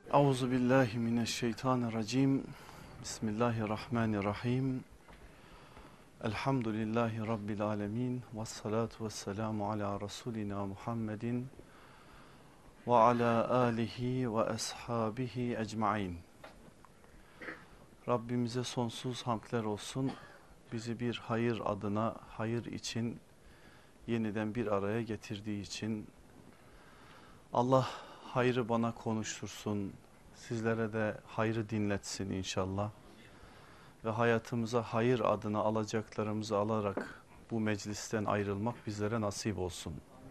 Euzu billahi mineşşeytanirracim. Bismillahirrahmanirrahim. Elhamdülillahi rabbil alamin. Ves salatu vesselamu ala rasulina Muhammedin ve ala alihi ve ashabihi ecmaîn. Rabbimize sonsuz hamdler olsun. Bizi bir hayır adına, hayır için yeniden bir araya getirdiği için. Allah hayrı bana konuştursun. Sizlere de hayrı dinletsin inşallah. Ve hayatımıza hayır adına alacaklarımızı alarak bu meclisten ayrılmak bizlere nasip olsun.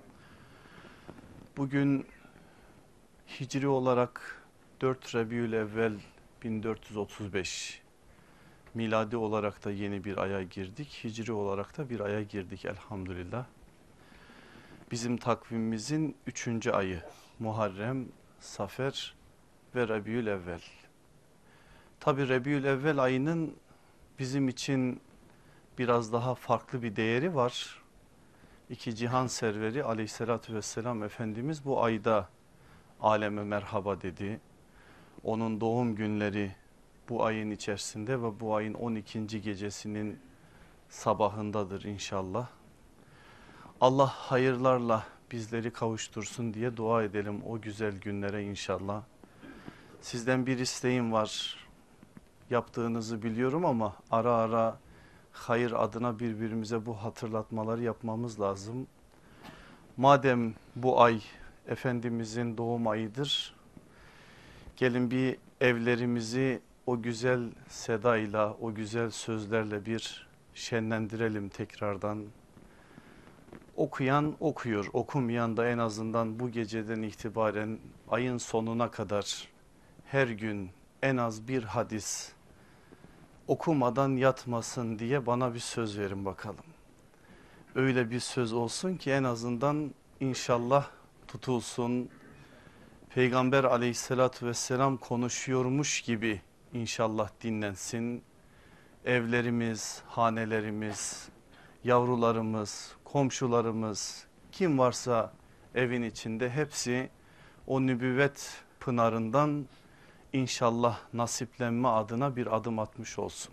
Bugün hicri olarak 4 Rabiülevvel 1435, miladi olarak da yeni bir aya girdik. Hicri olarak da bir aya girdik elhamdülillah. Bizim takvimimizin 3. ayı Muharrem, Safer ve Rabiülevvel. Tabi Rabiülevvel ayının bizim için biraz daha farklı bir değeri var. İki cihan serveri aleyhissalatü vesselam Efendimiz bu ayda aleme merhaba dedi. Onun doğum günleri bu ayın içerisinde ve bu ayın 12. gecesinin sabahındadır inşallah. Allah hayırlarla bizleri kavuştursun diye dua edelim o güzel günlere inşallah. Sizden bir isteğim var. Yaptığınızı biliyorum ama ara ara hayır adına birbirimize bu hatırlatmaları yapmamız lazım. Madem bu ay Efendimizin doğum ayıdır, gelin bir evlerimizi o güzel sedayla, o güzel sözlerle bir şenlendirelim tekrardan. Okuyan okuyor, okumayan da en azından bu geceden itibaren ayın sonuna kadar her gün en az bir hadis okumadan yatmasın diye bana bir söz verin bakalım. Öyle bir söz olsun ki en azından inşallah tutulsun. Peygamber aleyhissalatü vesselam konuşuyormuş gibi inşallah dinlensin. Evlerimiz, hanelerimiz, yavrularımız, komşularımız, kim varsa evin içinde hepsi o nübüvvet pınarından İnşallah nasiplenme adına bir adım atmış olsun.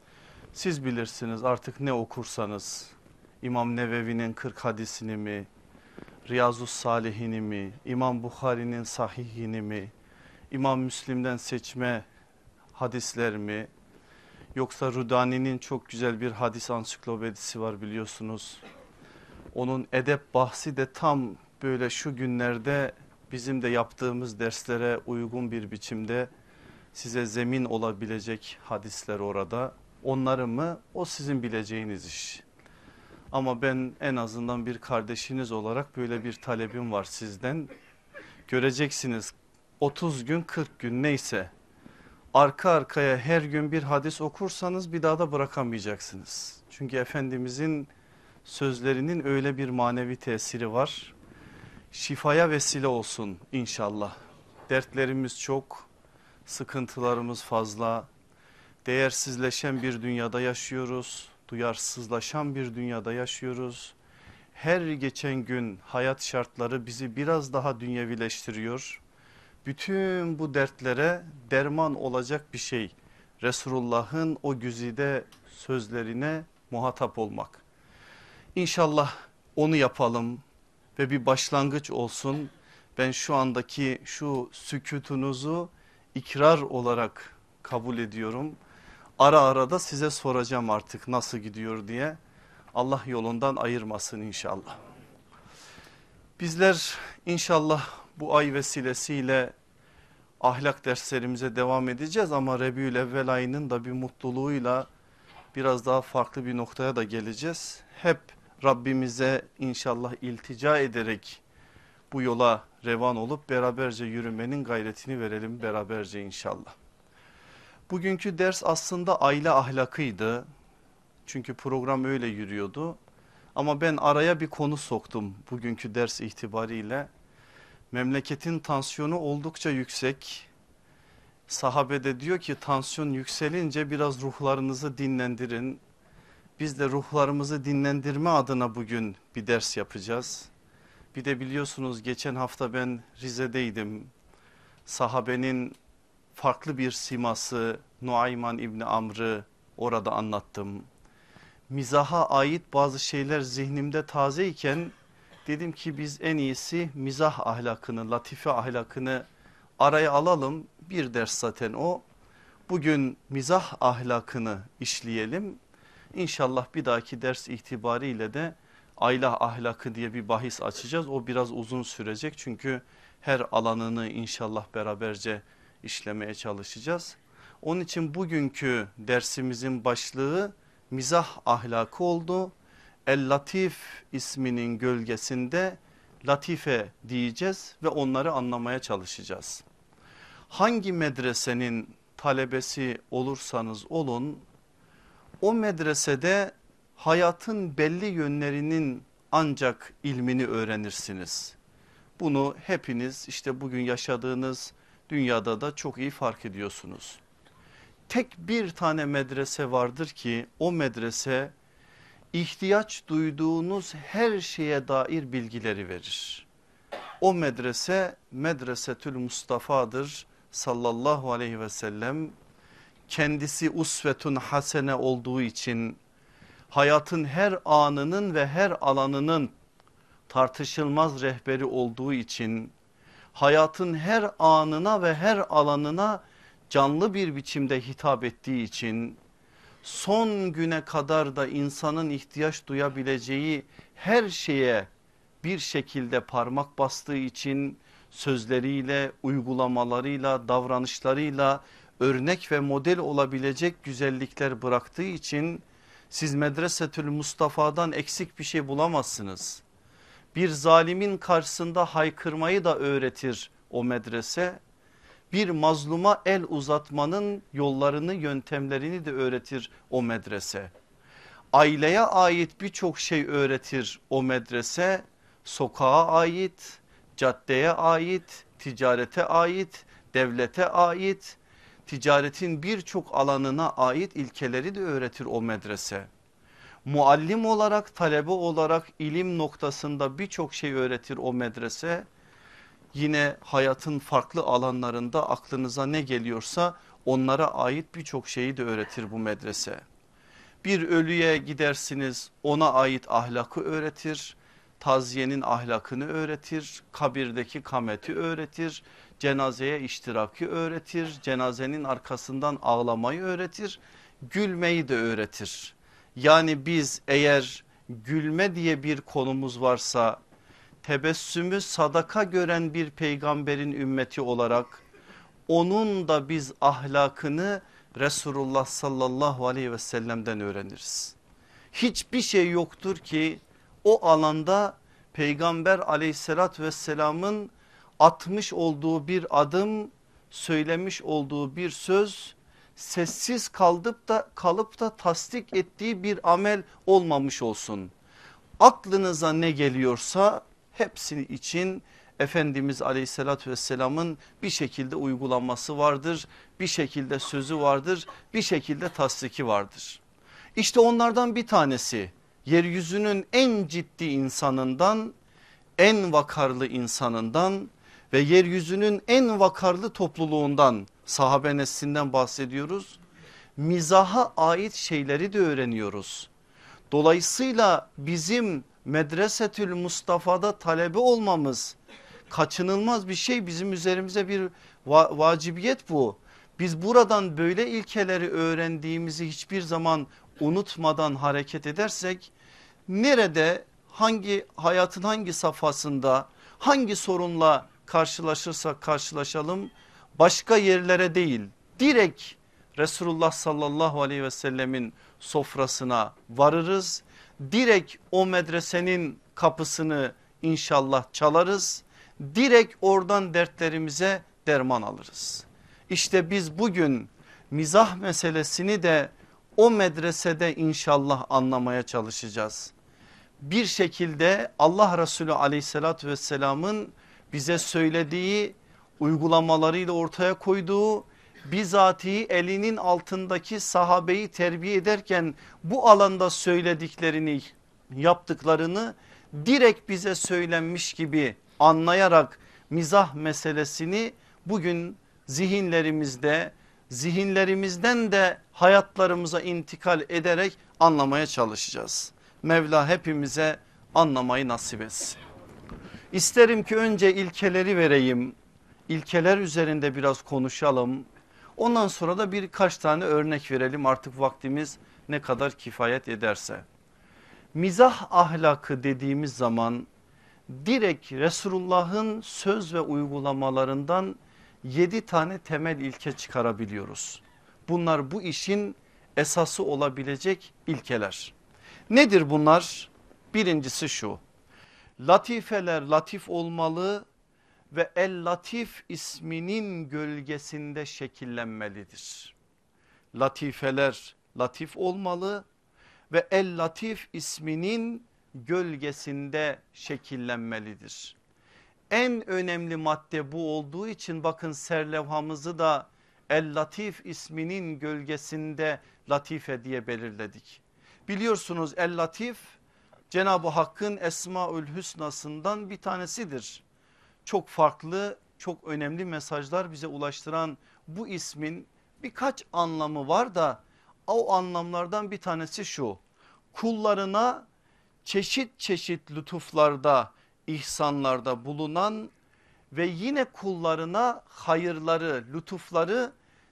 Siz bilirsiniz artık ne okursanız, İmam Nevevi'nin 40 hadisini mi, Riyazus Salihini mi, İmam Bukhari'nin sahihini mi, İmam Müslim'den seçme hadisler mi, yoksa Rudani'nin çok güzel bir hadis ansiklopedisi var biliyorsunuz. Onun edep bahsi de tam böyle şu günlerde bizim de yaptığımız derslere uygun bir biçimde size zemin olabilecek hadisler orada. Onları mı? O sizin bileceğiniz iş. Ama ben en azından bir kardeşiniz olarak böyle bir talebim var sizden. Göreceksiniz 30 gün 40 gün neyse arka arkaya her gün bir hadis okursanız bir daha da bırakamayacaksınız. Çünkü Efendimizin sözlerinin öyle bir manevi tesiri var. Şifaya vesile olsun inşallah. Dertlerimiz çok, sıkıntılarımız fazla, değersizleşen bir dünyada yaşıyoruz, duyarsızlaşan bir dünyada yaşıyoruz. Her geçen gün hayat şartları bizi biraz daha dünyevileştiriyor. Bütün bu dertlere derman olacak bir şey, Resulullah'ın o güzide sözlerine muhatap olmak. İnşallah onu yapalım ve bir başlangıç olsun. Ben şu andaki şu sükutunuzu ikrar olarak kabul ediyorum. Ara ara da size soracağım artık nasıl gidiyor diye. Allah yolundan ayırmasın inşallah. Bizler inşallah bu ay vesilesiyle ahlak derslerimize devam edeceğiz ama Rabiülevvel ayının da bir mutluluğuyla biraz daha farklı bir noktaya da geleceğiz. Hep Rabbimize inşallah iltica ederek bu yola revan olup beraberce yürümenin gayretini verelim beraberce inşallah. Bugünkü ders aslında aile ahlakıydı. Çünkü program öyle yürüyordu. Ama ben araya bir konu soktum bugünkü ders itibariyle. Memleketin tansiyonu oldukça yüksek. Sahabe de diyor ki tansiyon yükselince biraz ruhlarınızı dinlendirin. Biz de ruhlarımızı dinlendirme adına bugün bir ders yapacağız. Bir de biliyorsunuz geçen hafta ben Rize'deydim. sahabenin farklı bir siması Nuayman İbni Amr'ı orada anlattım. Mizaha ait bazı şeyler zihnimde tazeyken dedim ki biz en iyisi mizah ahlakını, latife ahlakını araya alalım. Bir ders zaten o. Bugün mizah ahlakını işleyelim. İnşallah bir dahaki ders itibariyle de aile ahlakı diye bir bahis açacağız. O biraz uzun sürecek çünkü her alanını inşallah beraberce işlemeye çalışacağız. Onun için bugünkü dersimizin başlığı mizah ahlakı oldu. El Latif isminin gölgesinde latife diyeceğiz ve onları anlamaya çalışacağız. Hangi medresenin talebesi olursanız olun, o medresede hayatın belli yönlerinin ancak ilmini öğrenirsiniz. Bunu hepiniz işte bugün yaşadığınız dünyada da çok iyi fark ediyorsunuz. Tek bir tane medrese vardır ki o medrese ihtiyaç duyduğunuz her şeye dair bilgileri verir. O medrese Medresetül Mustafa'dır sallallahu aleyhi ve sellem. Kendisi usvetun hasene olduğu için hayatın her anının ve her alanının tartışılmaz rehberi olduğu için hayatın her anına ve her alanına canlı bir biçimde hitap ettiği için son güne kadar da insanın ihtiyaç duyabileceği her şeye bir şekilde parmak bastığı için sözleriyle, uygulamalarıyla, davranışlarıyla örnek ve model olabilecek güzellikler bıraktığı için siz Medresetül Mustafa'dan eksik bir şey bulamazsınız. Bir zalimin karşısında haykırmayı da öğretir o medrese. Bir mazluma el uzatmanın yollarını, yöntemlerini de öğretir o medrese. Aileye ait birçok şey öğretir o medrese. Sokağa ait, caddeye ait, ticarete ait, devlete ait, ticaretin birçok alanına ait ilkeleri de öğretir o medrese. Muallim olarak, talebe olarak ilim noktasında birçok şey öğretir o medrese. Yine hayatın farklı alanlarında aklınıza ne geliyorsa onlara ait birçok şeyi de öğretir bu medrese. Bir ölüye gidersiniz, ona ait ahlakı öğretir, taziyenin ahlakını öğretir, kabirdeki kameti öğretir, cenazeye iştiraki öğretir, cenazenin arkasından ağlamayı öğretir, gülmeyi de öğretir. Yani biz eğer gülme diye bir konumuz varsa, tebessümü sadaka gören bir peygamberin ümmeti olarak onun da biz ahlakını Resulullah sallallahu aleyhi ve sellem'den öğreniriz. Hiçbir şey yoktur ki o alanda peygamber aleyhissalatü vesselamın atmış olduğu bir adım, söylemiş olduğu bir söz, sessiz kalıp da tasdik ettiği bir amel olmamış olsun. Aklınıza ne geliyorsa hepsi için Efendimiz aleyhissalatü vesselamın bir şekilde uygulanması vardır, bir şekilde sözü vardır, bir şekilde tasdiki vardır. İşte onlardan bir tanesi yeryüzünün en ciddi insanından, en vakarlı insanından ve yeryüzünün en vakarlı topluluğundan, sahabe neslinden bahsediyoruz. Mizaha ait şeyleri de öğreniyoruz. Dolayısıyla bizim Medresetül Mustafa'da talebe olmamız kaçınılmaz bir şey, bizim üzerimize bir vacibiyet bu. Biz buradan böyle ilkeleri öğrendiğimizi hiçbir zaman unutmadan hareket edersek nerede, hangi hayatın hangi safhasında, hangi sorunla karşılaşırsak karşılaşalım başka yerlere değil, direkt Resulullah sallallahu aleyhi ve sellemin sofrasına varırız. Direkt o medresenin kapısını inşallah çalarız. Direkt oradan dertlerimize derman alırız. İşte biz bugün mizah meselesini de o medresede inşallah anlamaya çalışacağız. Bir şekilde Allah Resulü aleyhissalatü vesselamın bize söylediği, uygulamalarıyla ortaya koyduğu, bizatihi elinin altındaki sahabeyi terbiye ederken bu alanda söylediklerini, yaptıklarını direkt bize söylenmiş gibi anlayarak mizah meselesini bugün zihinlerimizde, zihinlerimizden de hayatlarımıza intikal ederek anlamaya çalışacağız. Mevla hepimize anlamayı nasip etsin. İsterim ki önce ilkeleri vereyim. İlkeler üzerinde biraz konuşalım. Ondan sonra da birkaç tane örnek verelim, artık vaktimiz ne kadar kifayet ederse. Mizah ahlakı dediğimiz zaman direkt Resulullah'ın söz ve uygulamalarından 7 tane temel ilke çıkarabiliyoruz. Bunlar bu işin esası olabilecek ilkeler. Nedir bunlar? Birincisi şu: latifeler latif olmalı ve El Latif isminin gölgesinde şekillenmelidir. Latifeler latif olmalı ve El Latif isminin gölgesinde şekillenmelidir. En önemli madde bu olduğu için bakın serlevhamızı da El Latif isminin gölgesinde latife diye belirledik. Biliyorsunuz El Latif Cenab-ı Hakk'ın Esmaül Hüsna'sından bir tanesidir. Çok farklı, çok önemli mesajlar bize ulaştıran bu ismin birkaç anlamı var da o anlamlardan bir tanesi şu: kullarına çeşit çeşit lütuflarda, ihsanlarda bulunan ve yine kullarına hayırları, lütufları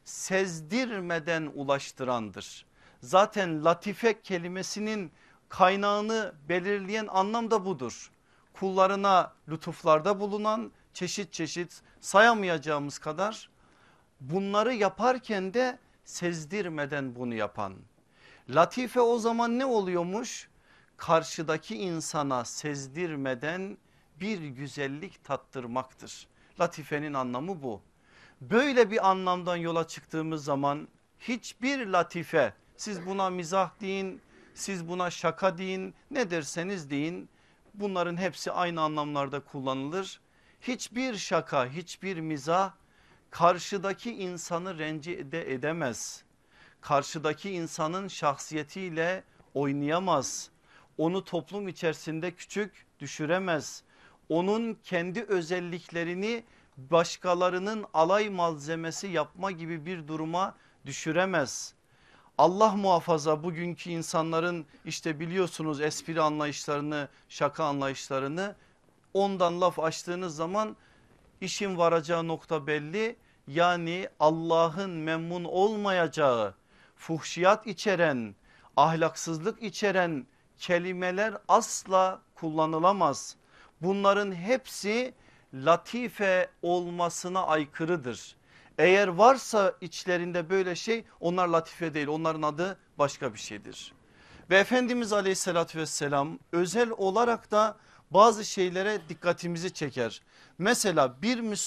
sezdirmeden ulaştırandır. Zaten latife kelimesinin kaynağını belirleyen anlam da budur. Kullarına lütuflarda bulunan, çeşit çeşit sayamayacağımız kadar, bunları yaparken de sezdirmeden bunu yapan. Latife o zaman ne oluyormuş? Karşıdaki insana sezdirmeden bir güzellik tattırmaktır. Latifenin anlamı bu. Böyle bir anlamdan yola çıktığımız zaman hiçbir latife, siz buna mizah deyin, siz buna şaka deyin, ne derseniz deyin, bunların hepsi aynı anlamlarda kullanılır. Hiçbir şaka, hiçbir mizah karşıdaki insanı rencide edemez. Karşıdaki insanın şahsiyetiyle oynayamaz. Onu toplum içerisinde küçük düşüremez. Onun kendi özelliklerini başkalarının alay malzemesi yapma gibi bir duruma düşüremez. Allah muhafaza bugünkü insanların işte biliyorsunuz espri anlayışlarını, şaka anlayışlarını, ondan laf açtığınız zaman işin varacağı nokta belli. Yani Allah'ın memnun olmayacağı, fuhşiyat içeren, ahlaksızlık içeren kelimeler asla kullanılamaz. Bunların hepsi latife olmasına aykırıdır. Eğer varsa içlerinde böyle şey, onlar latife değil, onların adı başka bir şeydir. Ve Efendimiz aleyhissalatü vesselam özel olarak da bazı şeylere dikkatimizi çeker. Mesela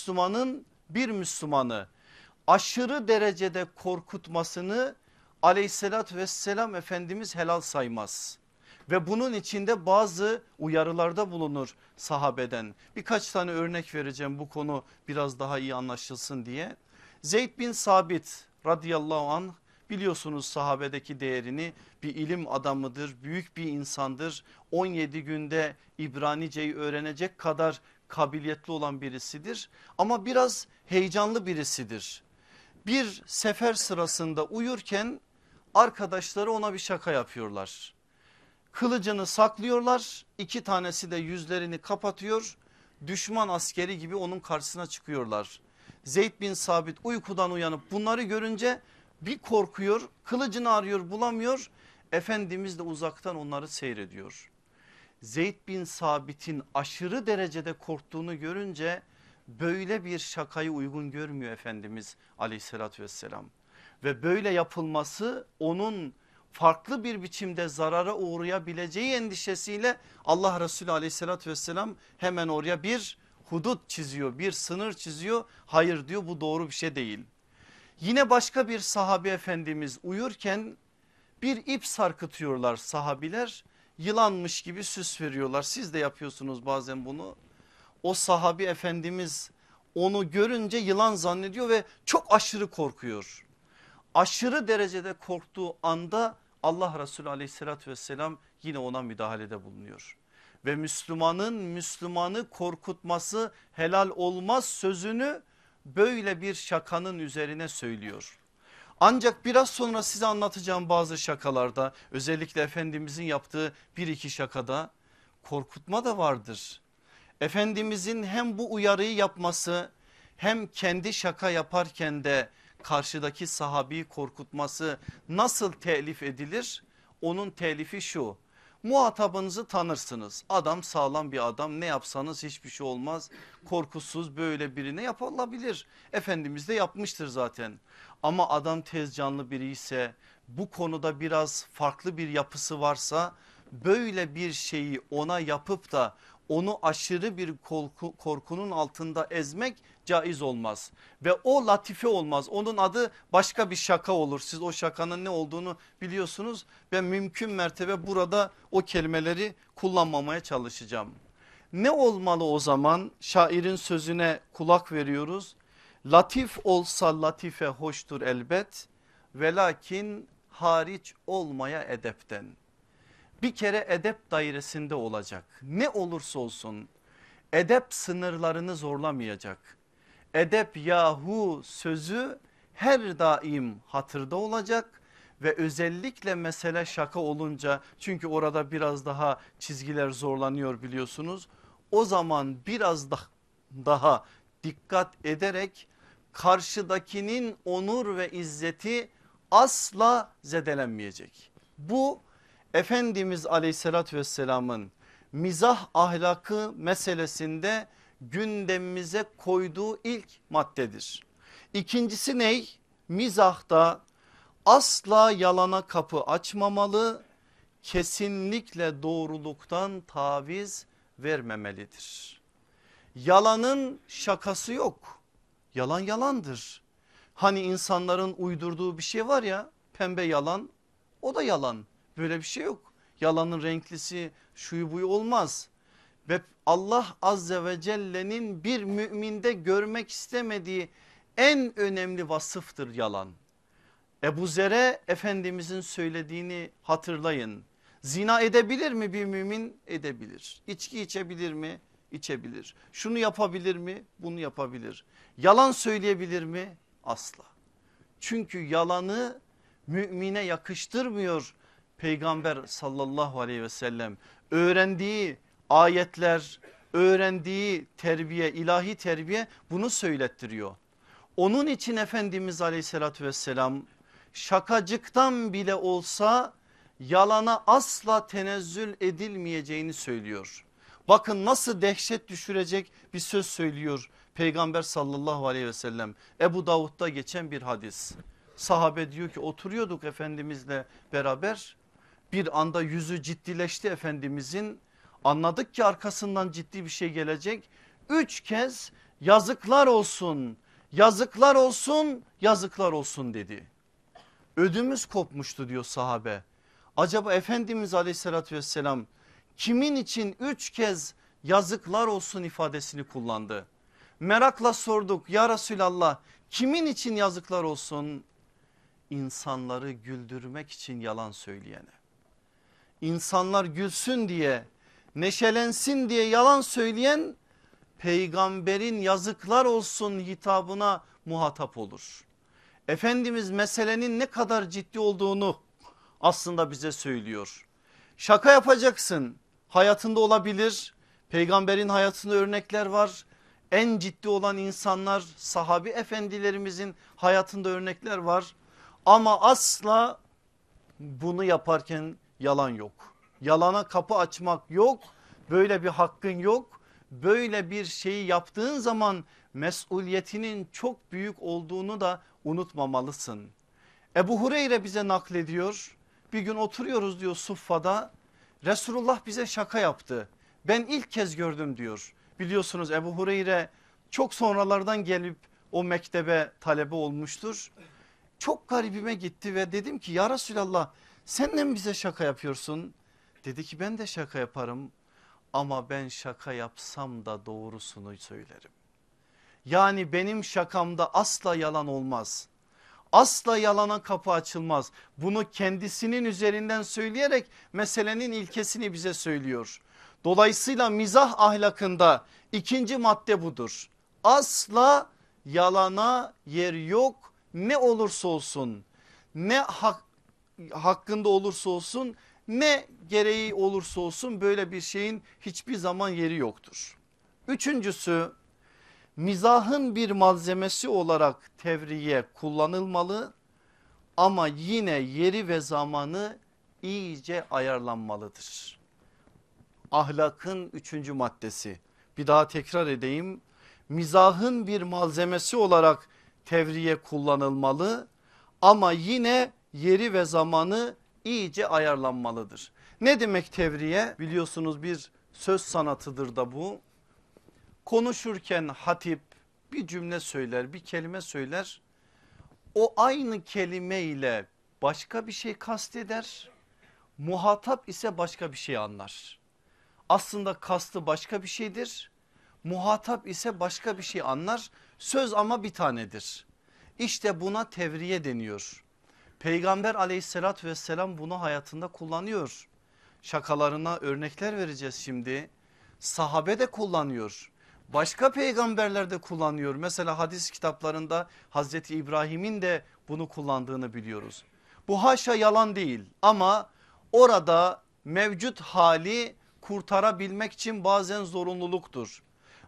bir Müslümanı aşırı derecede korkutmasını aleyhissalatü vesselam Efendimiz helal saymaz. Ve bunun içinde bazı uyarılarda bulunur sahabeden. Birkaç tane örnek vereceğim bu konu biraz daha iyi anlaşılsın diye. Zeyd bin Sabit radıyallahu anh, biliyorsunuz sahabedeki değerini, bir ilim adamıdır, büyük bir insandır. 17 günde İbranice'yi öğrenecek kadar kabiliyetli olan birisidir ama biraz heyecanlı birisidir. Bir sefer sırasında uyurken arkadaşları ona bir şaka yapıyorlar. Kılıcını saklıyorlar, 2 tanesi de yüzlerini kapatıyor, düşman askeri gibi onun karşısına çıkıyorlar. Zeyd bin Sabit uykudan uyanıp bunları görünce bir korkuyor, kılıcını arıyor bulamıyor. Efendimiz de uzaktan onları seyrediyor. Zeyd bin Sabit'in aşırı derecede korktuğunu görünce böyle bir şakayı uygun görmüyor Efendimiz aleyhissalatü vesselam. Ve böyle yapılması onun farklı bir biçimde zarara uğrayabileceği endişesiyle Allah Resulü aleyhissalatü vesselam hemen oraya bir hudut çiziyor, bir sınır çiziyor. Hayır diyor, bu doğru bir şey değil. Yine başka bir sahabe efendimiz uyurken bir ip sarkıtıyorlar sahabiler, yılanmış gibi süs veriyorlar. Siz de yapıyorsunuz bazen bunu. O sahabi efendimiz onu görünce yılan zannediyor ve çok aşırı korkuyor. Aşırı derecede korktuğu anda Allah Resulü aleyhissalatü vesselam yine ona müdahalede bulunuyor. Ve Müslümanın Müslümanı korkutması helal olmaz sözünü böyle bir şakanın üzerine söylüyor. Ancak biraz sonra size anlatacağım bazı şakalarda, özellikle Efendimizin yaptığı bir iki şakada korkutma da vardır. Efendimizin hem bu uyarıyı yapması hem kendi şaka yaparken de karşıdaki sahabeyi korkutması nasıl telif edilir? Onun telifi şu: muhatabınızı tanırsınız, adam sağlam bir adam, ne yapsanız hiçbir şey olmaz, korkusuz, böyle birine yapılabilir. Efendimiz de yapmıştır zaten, ama adam tez canlı biri ise, bu konuda biraz farklı bir yapısı varsa, böyle bir şeyi ona yapıp da onu aşırı bir korkunun altında ezmek caiz olmaz ve o latife olmaz. Onun adı başka bir şaka olur. Siz o şakanın ne olduğunu biliyorsunuz. Ben mümkün mertebe burada o kelimeleri kullanmamaya çalışacağım. Ne olmalı o zaman? Şairin sözüne kulak veriyoruz. Latif olsa latife hoştur elbet, velakin hariç olmaya edepten. Bir kere edep dairesinde olacak. Ne olursa olsun edep sınırlarını zorlamayacak. Edep yahu sözü her daim hatırda olacak ve özellikle mesele şaka olunca, çünkü orada biraz daha çizgiler zorlanıyor biliyorsunuz. O zaman biraz daha dikkat ederek karşıdakinin onur ve izzeti asla zedelenmeyecek. Bu Efendimiz aleyhissalatü vesselamın mizah ahlakı meselesinde gündemimize koyduğu ilk maddedir. İkincisi ney? Mizahta asla yalana kapı açmamalı, kesinlikle doğruluktan taviz vermemelidir. Yalanın şakası yok. Yalan yalandır. Hani insanların uydurduğu bir şey var ya, pembe yalan, o da yalan. Böyle bir şey yok. Yalanın renklisi şuyu buyu olmaz. Ve Allah azze ve celle'nin bir müminde görmek istemediği en önemli vasıftır yalan. Ebu Zer'e Efendimizin söylediğini hatırlayın. Zina edebilir mi bir mümin? Edebilir. İçki içebilir mi? İçebilir. Şunu yapabilir mi? Bunu yapabilir. Yalan söyleyebilir mi? Asla. Çünkü yalanı mümine yakıştırmıyor Peygamber sallallahu aleyhi ve sellem. Öğrendiği ayetler, öğrendiği terbiye, ilahi terbiye bunu söylettiriyor. Onun için Efendimiz aleyhissalatü vesselam şakacıktan bile olsa yalana asla tenezzül edilmeyeceğini söylüyor. Bakın nasıl dehşet düşürecek bir söz söylüyor Peygamber sallallahu aleyhi ve sellem. Ebu Davud'da geçen bir hadis. Sahabe diyor ki oturuyorduk Efendimizle beraber, bir anda yüzü ciddileşti Efendimizin. Anladık ki arkasından ciddi bir şey gelecek. 3 kez yazıklar olsun, yazıklar olsun, yazıklar olsun dedi. Ödümüz kopmuştu diyor sahabe. Acaba Efendimiz aleyhissalatü vesselam kimin için 3 kez yazıklar olsun ifadesini kullandı? Merakla sorduk, ya Resulallah kimin için yazıklar olsun? İnsanları güldürmek için yalan söyleyene. İnsanlar gülsün diye, neşelensin diye yalan söyleyen peygamberin yazıklar olsun hitabına muhatap olur. Efendimiz meselenin ne kadar ciddi olduğunu aslında bize söylüyor. Şaka yapacaksın, hayatında olabilir. Peygamberin hayatında örnekler var. En ciddi olan insanlar, sahabi efendilerimizin hayatında örnekler var. Ama asla bunu yaparken yalan yok. Yalana kapı açmak yok. Böyle bir hakkın yok. Böyle bir şeyi yaptığın zaman mesuliyetinin çok büyük olduğunu da unutmamalısın. Ebu Hureyre bize naklediyor. Bir gün oturuyoruz diyor Suffa'da. Resulullah bize şaka yaptı. Ben ilk kez gördüm diyor. Biliyorsunuz Ebu Hureyre çok sonralardan gelip o mektebe talebe olmuştur. Çok garibime gitti ve dedim ki ya Resulallah sen de mi bize şaka yapıyorsun? Dedi ki ben de şaka yaparım ama ben şaka yapsam da doğrusunu söylerim. Yani benim şakamda asla yalan olmaz. Asla yalana kapı açılmaz. Bunu kendisinin üzerinden söyleyerek meselenin ilkesini bize söylüyor. Dolayısıyla mizah ahlakında ikinci madde budur. Asla yalana yer yok, ne olursa olsun, ne hakkında olursa olsun, ne gereği olursa olsun böyle bir şeyin hiçbir zaman yeri yoktur. Üçüncüsü, mizahın bir malzemesi olarak tevriye kullanılmalı ama yine yeri ve zamanı iyice ayarlanmalıdır. Ahlakın üçüncü maddesi, bir daha tekrar edeyim, mizahın bir malzemesi olarak tevriye kullanılmalı ama yine yeri ve zamanı iyice ayarlanmalıdır. Ne demek tevriye? Biliyorsunuz bir söz sanatıdır da bu. Konuşurken hatip bir cümle söyler, bir kelime söyler. O aynı kelime ile başka bir şey kasteder. Muhatap ise başka bir şey anlar. Aslında kastı başka bir şeydir. Muhatap ise başka bir şey anlar. Söz ama bir tanedir. İşte buna tevriye deniyor. Peygamber aleyhissalatü vesselam bunu hayatında kullanıyor. Şakalarına örnekler vereceğiz şimdi. Sahabe de kullanıyor. Başka peygamberler de kullanıyor. Mesela hadis kitaplarında Hazreti İbrahim'in de bunu kullandığını biliyoruz. Bu haşa yalan değil ama orada mevcut hali kurtarabilmek için bazen zorunluluktur.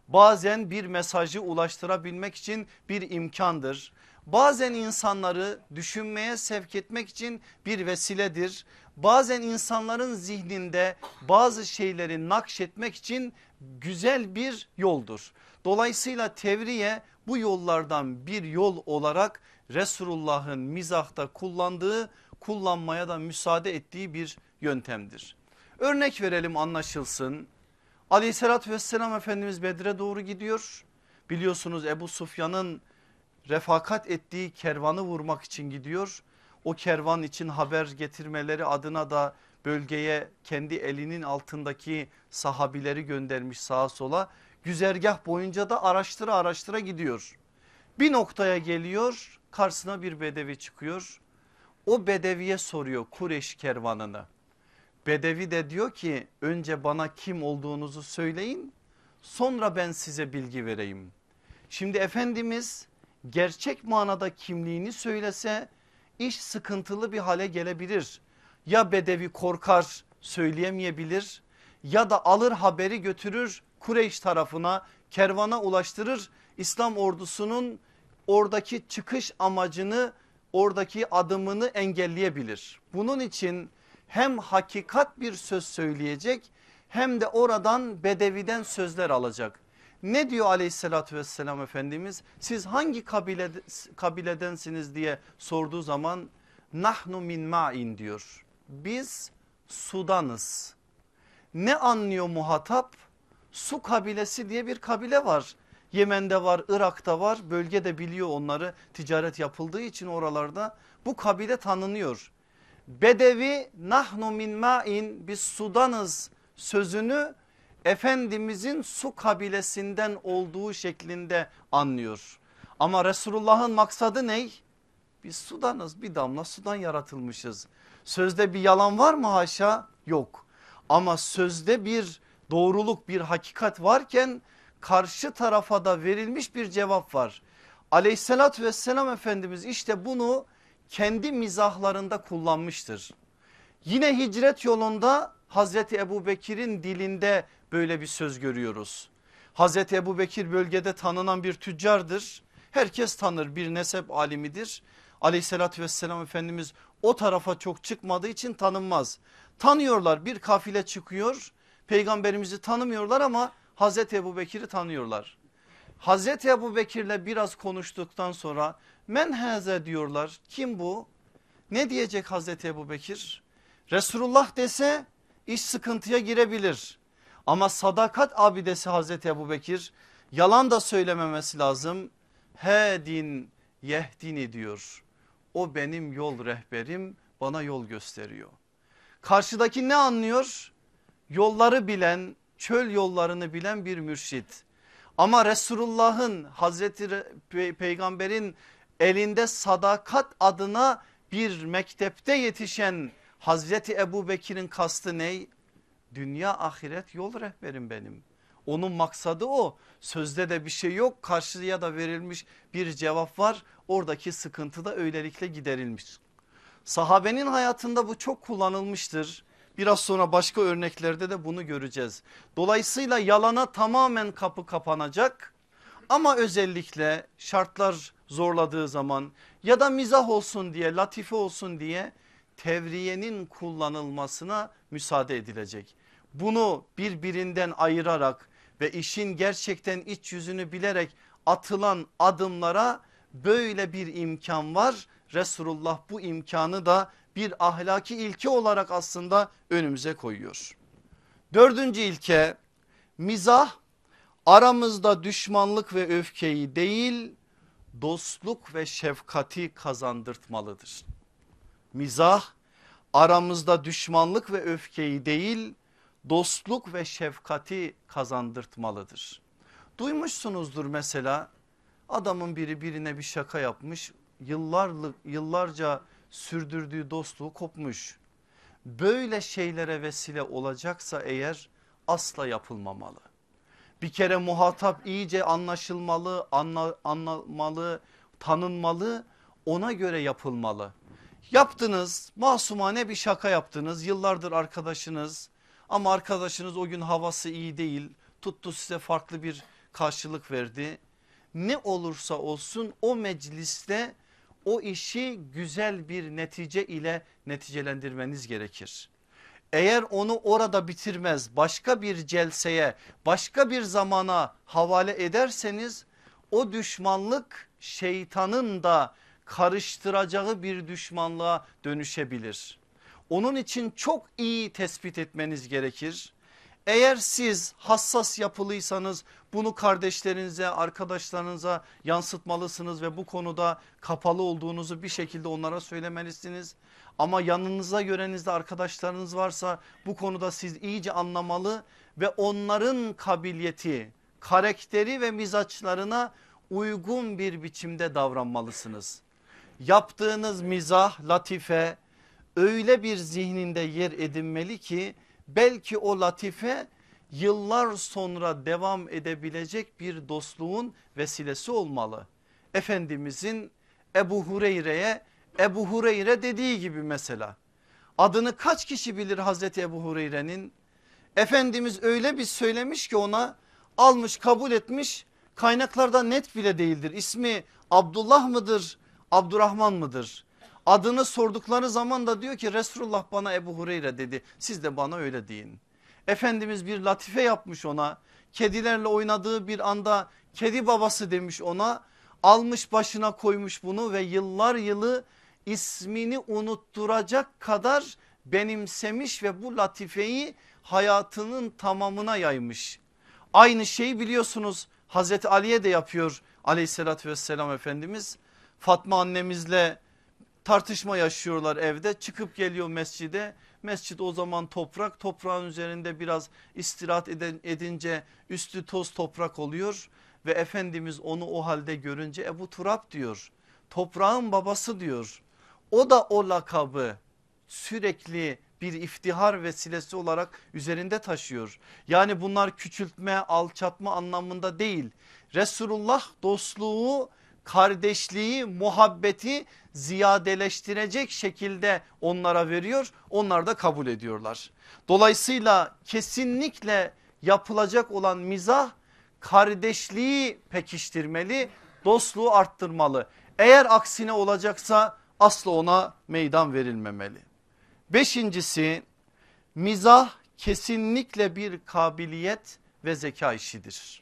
Bazen bir mesajı ulaştırabilmek için bir imkandır. Bazen insanları düşünmeye sevk etmek için bir vesiledir. Bazen insanların zihninde bazı şeyleri nakşetmek için güzel bir yoldur. Dolayısıyla tevriye bu yollardan bir yol olarak Resulullah'ın mizahta kullandığı, kullanmaya da müsaade ettiği bir yöntemdir. Örnek verelim anlaşılsın. Aleyhissalatü vesselam Efendimiz Bedir'e doğru gidiyor. Biliyorsunuz Ebu Sufyan'ın refakat ettiği kervanı vurmak için gidiyor. O kervan için haber getirmeleri adına da bölgeye kendi elinin altındaki sahabileri göndermiş sağa sola. Güzergah boyunca da araştıra araştıra gidiyor. Bir noktaya geliyor, karşısına bir bedevi çıkıyor. O bedeviye soruyor Kureyş kervanını. Bedevi de diyor ki önce bana kim olduğunuzu söyleyin, sonra ben size bilgi vereyim. Şimdi Efendimiz gerçek manada kimliğini söylese iş sıkıntılı bir hale gelebilir. Ya bedevi korkar söyleyemeyebilir ya da alır haberi götürür Kureyş tarafına, kervana ulaştırır. İslam ordusunun oradaki çıkış amacını, oradaki adımını engelleyebilir. Bunun için hem hakikat bir söz söyleyecek hem de oradan bedeviden sözler alacak. Ne diyor aleyhissalatü vesselam Efendimiz? Siz hangi kabiledensiniz diye sorduğu zaman nahnu min ma'in diyor. Biz sudanız. Ne anlıyor muhatap? Su kabilesi diye bir kabile var. Yemen'de var, Irak'ta var, bölgede biliyor onları, ticaret yapıldığı için oralarda bu kabile tanınıyor. Bedevi nahnu min ma'in, biz sudanız sözünü Efendimizin su kabilesinden olduğu şeklinde anlıyor. Ama Resulullah'ın maksadı ne? Biz sudanız, bir damla sudan yaratılmışız. Sözde bir yalan var mı haşa? Yok. Ama sözde bir doğruluk, bir hakikat varken karşı tarafa da verilmiş bir cevap var. Aleyhissalatü vesselam Efendimiz işte bunu kendi mizahlarında kullanmıştır. Yine hicret yolunda Hazreti Ebubekir'in dilinde böyle bir söz görüyoruz. Hazreti Ebubekir bölgede tanınan bir tüccardır. Herkes tanır, bir nesep alimidir. Aleyhissalatü vesselam Efendimiz o tarafa çok çıkmadığı için tanınmaz. Tanıyorlar, bir kafile çıkıyor. Peygamberimizi tanımıyorlar ama Hazreti Ebubekir'i tanıyorlar. Hazreti Ebubekir'le biraz konuştuktan sonra men haze diyorlar. Kim bu? Ne diyecek Hazreti Ebubekir? Resulullah dese iş sıkıntıya girebilir. Ama sadakat abidesi Hazreti Ebubekir, yalan da söylememesi lazım. Hedin yehdini diyor. O benim yol rehberim, bana yol gösteriyor. Karşıdaki ne anlıyor? Yolları bilen, çöl yollarını bilen bir mürşit. Ama Resulullah'ın, Hazreti Peygamber'in elinde sadakat adına bir mektepte yetişen Hazreti Ebubekir'in kastı ne? Dünya ahiret yol rehberim benim. Onun maksadı o. Sözde de bir şey yok, karşıya da verilmiş bir cevap var. Oradaki sıkıntı da öylelikle giderilmiş. Sahabenin hayatında bu çok kullanılmıştır. Biraz sonra başka örneklerde de bunu göreceğiz. Dolayısıyla yalana tamamen kapı kapanacak. Ama özellikle şartlar zorladığı zaman ya da mizah olsun diye, latife olsun diye tevriyenin kullanılmasına müsaade edilecek. Bunu birbirinden ayırarak ve işin gerçekten iç yüzünü bilerek atılan adımlara böyle bir imkan var. Resulullah bu imkanı da bir ahlaki ilke olarak aslında önümüze koyuyor. Dördüncü ilke, mizah aramızda düşmanlık ve öfkeyi değil, dostluk ve şefkati kazandırtmalıdır. Mizah aramızda düşmanlık ve öfkeyi değil, dostluk ve şefkati kazandırtmalıdır. Duymuşsunuzdur mesela, adamın biri birine bir şaka yapmış, yıllarca sürdürdüğü dostluğu kopmuş. Böyle şeylere vesile olacaksa eğer asla yapılmamalı. Bir kere muhatap iyice anlaşılmalı, anlamalı, tanınmalı, ona göre yapılmalı. Yaptınız, masumane bir şaka yaptınız, yıllardır arkadaşınız ama arkadaşınız o gün havası iyi değil, tuttu size farklı bir karşılık verdi. Ne olursa olsun o mecliste o işi güzel bir netice ile neticelendirmeniz gerekir. Eğer onu orada bitirmez, başka bir celseye, başka bir zamana havale ederseniz o düşmanlık şeytanın da karıştıracağı bir düşmanlığa dönüşebilir. Onun için çok iyi tespit etmeniz gerekir. Eğer siz hassas yapılıysanız bunu kardeşlerinize, arkadaşlarınıza yansıtmalısınız ve bu konuda kapalı olduğunuzu bir şekilde onlara söylemelisiniz. Ama yanınızda yörenizde arkadaşlarınız varsa bu konuda siz iyice anlamalı ve onların kabiliyeti, karakteri ve mizaçlarına uygun bir biçimde davranmalısınız. Yaptığınız mizah, latife öyle bir zihninde yer edinmeli ki belki o latife yıllar sonra devam edebilecek bir dostluğun vesilesi olmalı. Efendimizin Ebu Hureyre dediği gibi mesela, adını kaç kişi bilir Hazreti Ebu Hureyre'nin? Efendimiz öyle bir söylemiş ki ona, almış kabul etmiş, kaynaklarda net bile değildir. İsmi Abdullah mıdır, Abdurrahman mıdır? Adını sordukları zaman da diyor ki Resulullah bana Ebu Hureyre dedi, siz de bana öyle deyin. Efendimiz bir latife yapmış ona, kedilerle oynadığı bir anda kedi babası demiş ona, almış başına koymuş bunu ve yıllar yılı ismini unutturacak kadar benimsemiş ve bu latifeyi hayatının tamamına yaymış. Aynı şeyi biliyorsunuz Hazreti Ali'ye de yapıyor aleyhissalatü vesselam Efendimiz. Fatma annemizle tartışma yaşıyorlar evde, çıkıp geliyor mescide. Mescid o zaman toprak, toprağın üzerinde biraz istirahat edince üstü toz toprak oluyor. Ve Efendimiz onu o halde görünce Ebu Turab diyor, toprağın babası diyor. O da o lakabı sürekli bir iftihar vesilesi olarak üzerinde taşıyor. Yani bunlar küçültme, alçatma anlamında değil. Resulullah dostluğu, kardeşliği, muhabbeti ziyadeleştirecek şekilde onlara veriyor. Onlar da kabul ediyorlar. Dolayısıyla kesinlikle yapılacak olan mizah kardeşliği pekiştirmeli, dostluğu arttırmalı. Eğer aksine olacaksa asla ona meydan verilmemeli. Beşincisi, mizah kesinlikle bir kabiliyet ve zeka işidir.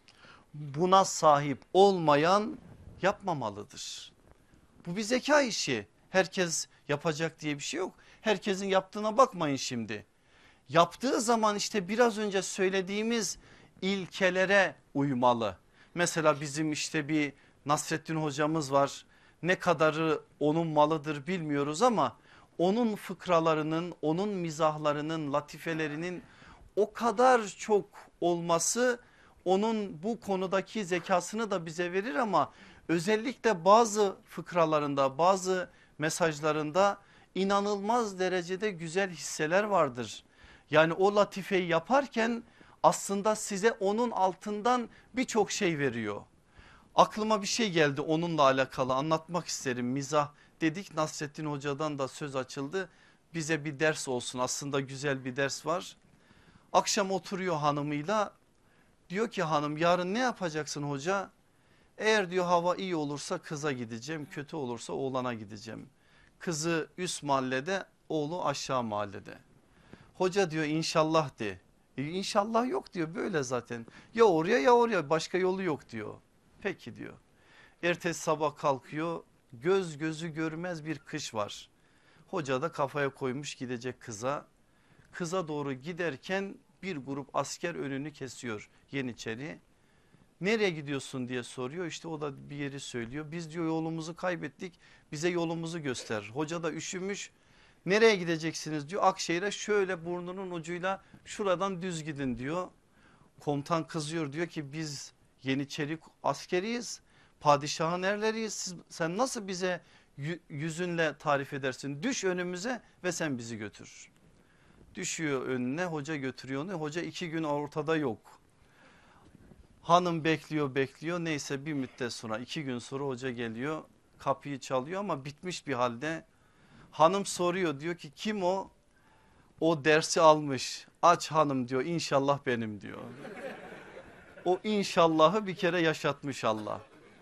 Buna sahip olmayan yapmamalıdır. Bu bir zeka işi. Herkes yapacak diye bir şey yok. Herkesin yaptığına bakmayın şimdi. Yaptığı zaman işte biraz önce söylediğimiz ilkelere uymalı. Mesela bizim işte bir Nasrettin hocamız var. Ne kadarı onun malıdır bilmiyoruz ama onun fıkralarının, onun mizahlarının, latifelerinin o kadar çok olması onun bu konudaki zekasını da bize verir ama özellikle bazı fıkralarında, bazı mesajlarında inanılmaz derecede güzel hisseler vardır. Yani o latifeyi yaparken aslında size onun altından birçok şey veriyor. Aklıma bir şey geldi onunla alakalı, anlatmak isterim. Mizah dedik, Nasrettin Hoca'dan da söz açıldı. Bize bir ders olsun, aslında güzel bir ders var. Akşam oturuyor hanımıyla, diyor ki hanım yarın ne yapacaksın hoca? Eğer diyor hava iyi olursa kıza gideceğim, kötü olursa oğlana gideceğim. Kızı üst mahallede, oğlu aşağı mahallede. Hoca diyor inşallah de. İnşallah yok diyor, böyle zaten. Ya oraya ya oraya, başka yolu yok diyor. Peki diyor. Ertesi sabah kalkıyor, göz gözü görmez bir kış var. Hoca da kafaya koymuş gidecek kıza. Kıza doğru giderken bir grup asker önünü kesiyor Yeniçeri. Nereye gidiyorsun diye soruyor, işte o da bir yeri söylüyor. Biz diyor yolumuzu kaybettik, bize yolumuzu göster. Hoca da üşümüş, nereye gideceksiniz diyor. Akşehir'e, şöyle burnunun ucuyla şuradan düz gidin diyor. Komutan kızıyor, diyor ki biz Yeniçeri askeriyiz, padişahın erleriyiz, sen nasıl bize yüzünle tarif edersin, düş önümüze ve sen bizi götür. Düşüyor önüne, hoca götürüyor onu, hoca 2 gün ortada yok. Hanım bekliyor bekliyor, neyse bir müddet sonra 2 gün sonra hoca geliyor, kapıyı çalıyor ama bitmiş bir halde. Hanım soruyor, diyor ki kim o? O dersi almış. Aç hanım diyor, inşallah benim diyor. O inşallahı bir kere yaşatmış Allah.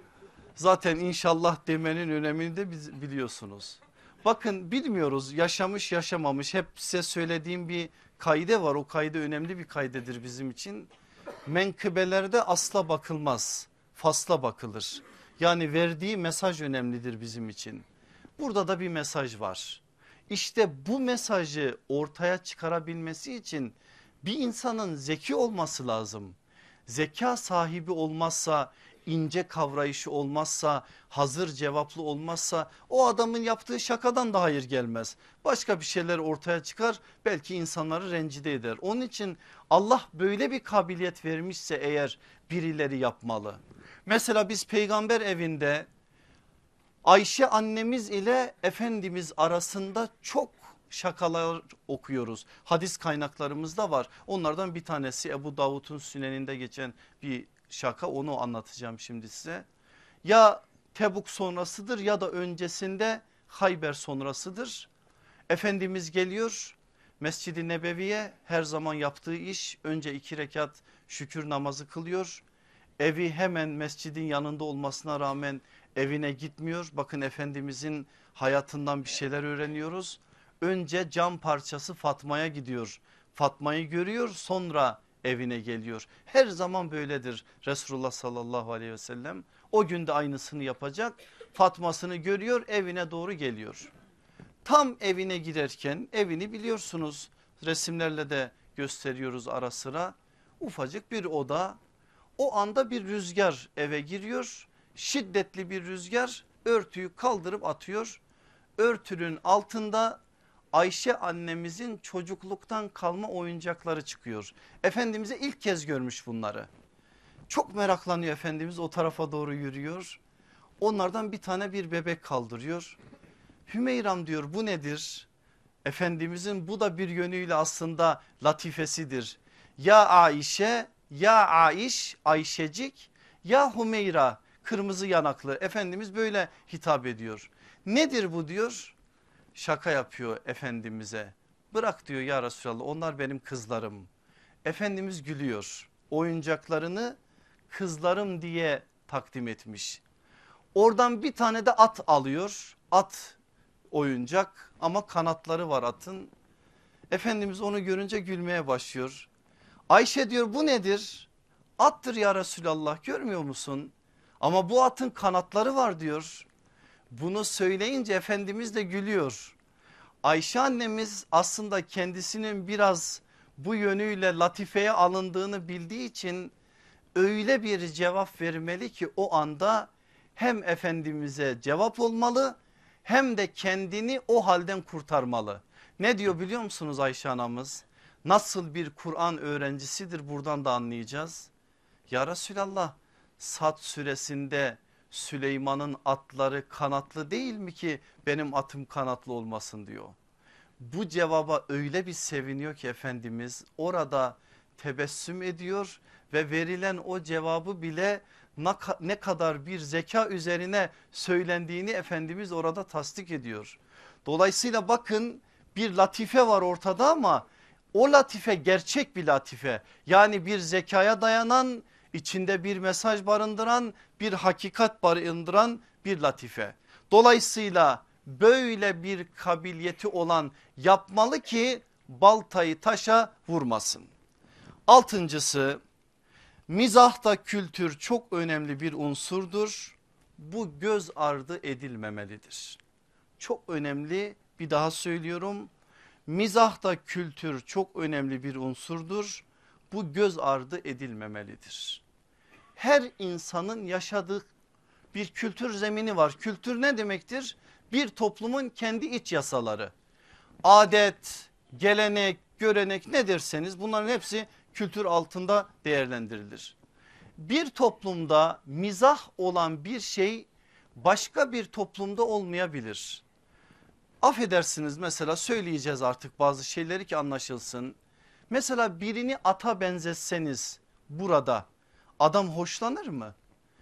Zaten inşallah demenin önemini de biz biliyorsunuz. Bakın bilmiyoruz, yaşamış yaşamamış, hep size söylediğim bir kaide var. O kaide önemli bir kaidedir bizim için. Menkıbelerde asla bakılmaz, fasla bakılır. Yani verdiği mesaj önemlidir bizim için. Burada da bir mesaj var. İşte bu mesajı ortaya çıkarabilmesi için bir insanın zeki olması lazım. Zeka sahibi olmazsa, ince kavrayışı olmazsa, hazır cevaplı olmazsa o adamın yaptığı şakadan da hayır gelmez. Başka bir şeyler ortaya çıkar, belki insanları rencide eder. Onun için Allah böyle bir kabiliyet vermişse eğer birileri yapmalı. Mesela biz peygamber evinde Ayşe annemiz ile Efendimiz arasında çok şakalar okuyoruz. Hadis kaynaklarımızda var. Onlardan bir tanesi Ebu Davud'un Süneninde geçen bir şaka, onu anlatacağım şimdi size. Ya Tebuk sonrasıdır ya da öncesinde Hayber sonrasıdır. Efendimiz geliyor Mescid-i Nebevi'ye, her zaman yaptığı iş önce 2 rekat şükür namazı kılıyor. Evi hemen mescidin yanında olmasına rağmen evine gitmiyor. Bakın Efendimizin hayatından bir şeyler öğreniyoruz. Önce cam parçası Fatma'ya gidiyor. Fatma'yı görüyor, sonra evine geliyor. Her zaman böyledir Resulullah sallallahu aleyhi ve sellem. O gün de aynısını yapacak. Fatma'sını görüyor, evine doğru geliyor. Tam evine girerken, evini biliyorsunuz, resimlerle de gösteriyoruz ara sıra. Ufacık bir oda. O anda bir rüzgar eve giriyor. Şiddetli bir rüzgar örtüyü kaldırıp atıyor. Örtünün altında Ayşe annemizin çocukluktan kalma oyuncakları çıkıyor. Efendimiz'e ilk kez görmüş bunları. Çok meraklanıyor Efendimiz, o tarafa doğru yürüyor. Onlardan bir tane bir bebek kaldırıyor. Hümeyram diyor, bu nedir? Efendimizin bu da bir yönüyle aslında latifesidir. Ya Ayşe, ya Aiş, Ayşecik, ya Hümeyra, kırmızı yanaklı. Efendimiz böyle hitap ediyor. Nedir bu diyor. Şaka yapıyor Efendimiz'e. Bırak diyor ya Resulallah, onlar benim kızlarım. Efendimiz gülüyor. Oyuncaklarını kızlarım diye takdim etmiş. Oradan bir tane de at alıyor. At oyuncak ama kanatları var atın. Efendimiz onu görünce gülmeye başlıyor. Ayşe diyor, bu nedir? Attır ya Resulallah, görmüyor musun? Ama bu atın kanatları var diyor. Bunu söyleyince Efendimiz de gülüyor. Ayşe annemiz aslında kendisinin biraz bu yönüyle latifeye alındığını bildiği için öyle bir cevap vermeli ki o anda hem Efendimiz'e cevap olmalı hem de kendini o halden kurtarmalı. Ne diyor biliyor musunuz Ayşe anamız? Nasıl bir Kur'an öğrencisidir, buradan da anlayacağız. Ya Resulallah, Sad suresinde Süleyman'ın atları kanatlı değil mi ki benim atım kanatlı olmasın diyor. Bu cevaba öyle bir seviniyor ki Efendimiz, orada tebessüm ediyor ve verilen o cevabı bile ne kadar bir zeka üzerine söylendiğini Efendimiz orada tasdik ediyor. Dolayısıyla bakın bir latife var ortada ama o latife gerçek bir latife. Yani bir zekaya dayanan, içinde bir mesaj barındıran, bir hakikat barındıran bir latife. Dolayısıyla böyle bir kabiliyeti olan yapmalı ki baltayı taşa vurmasın. Altıncısı, mizahta kültür çok önemli bir unsurdur. Bu göz ardı edilmemelidir. Çok önemli, bir daha söylüyorum. Mizahta kültür çok önemli bir unsurdur. Bu göz ardı edilmemelidir. Her insanın yaşadığı bir kültür zemini var. Kültür ne demektir? Bir toplumun kendi iç yasaları. Adet, gelenek, görenek ne derseniz bunların hepsi kültür altında değerlendirilir. Bir toplumda mizah olan bir şey başka bir toplumda olmayabilir. Affedersiniz, mesela söyleyeceğiz artık bazı şeyleri ki anlaşılsın. Mesela birini ata benzetseniz burada adam hoşlanır mı?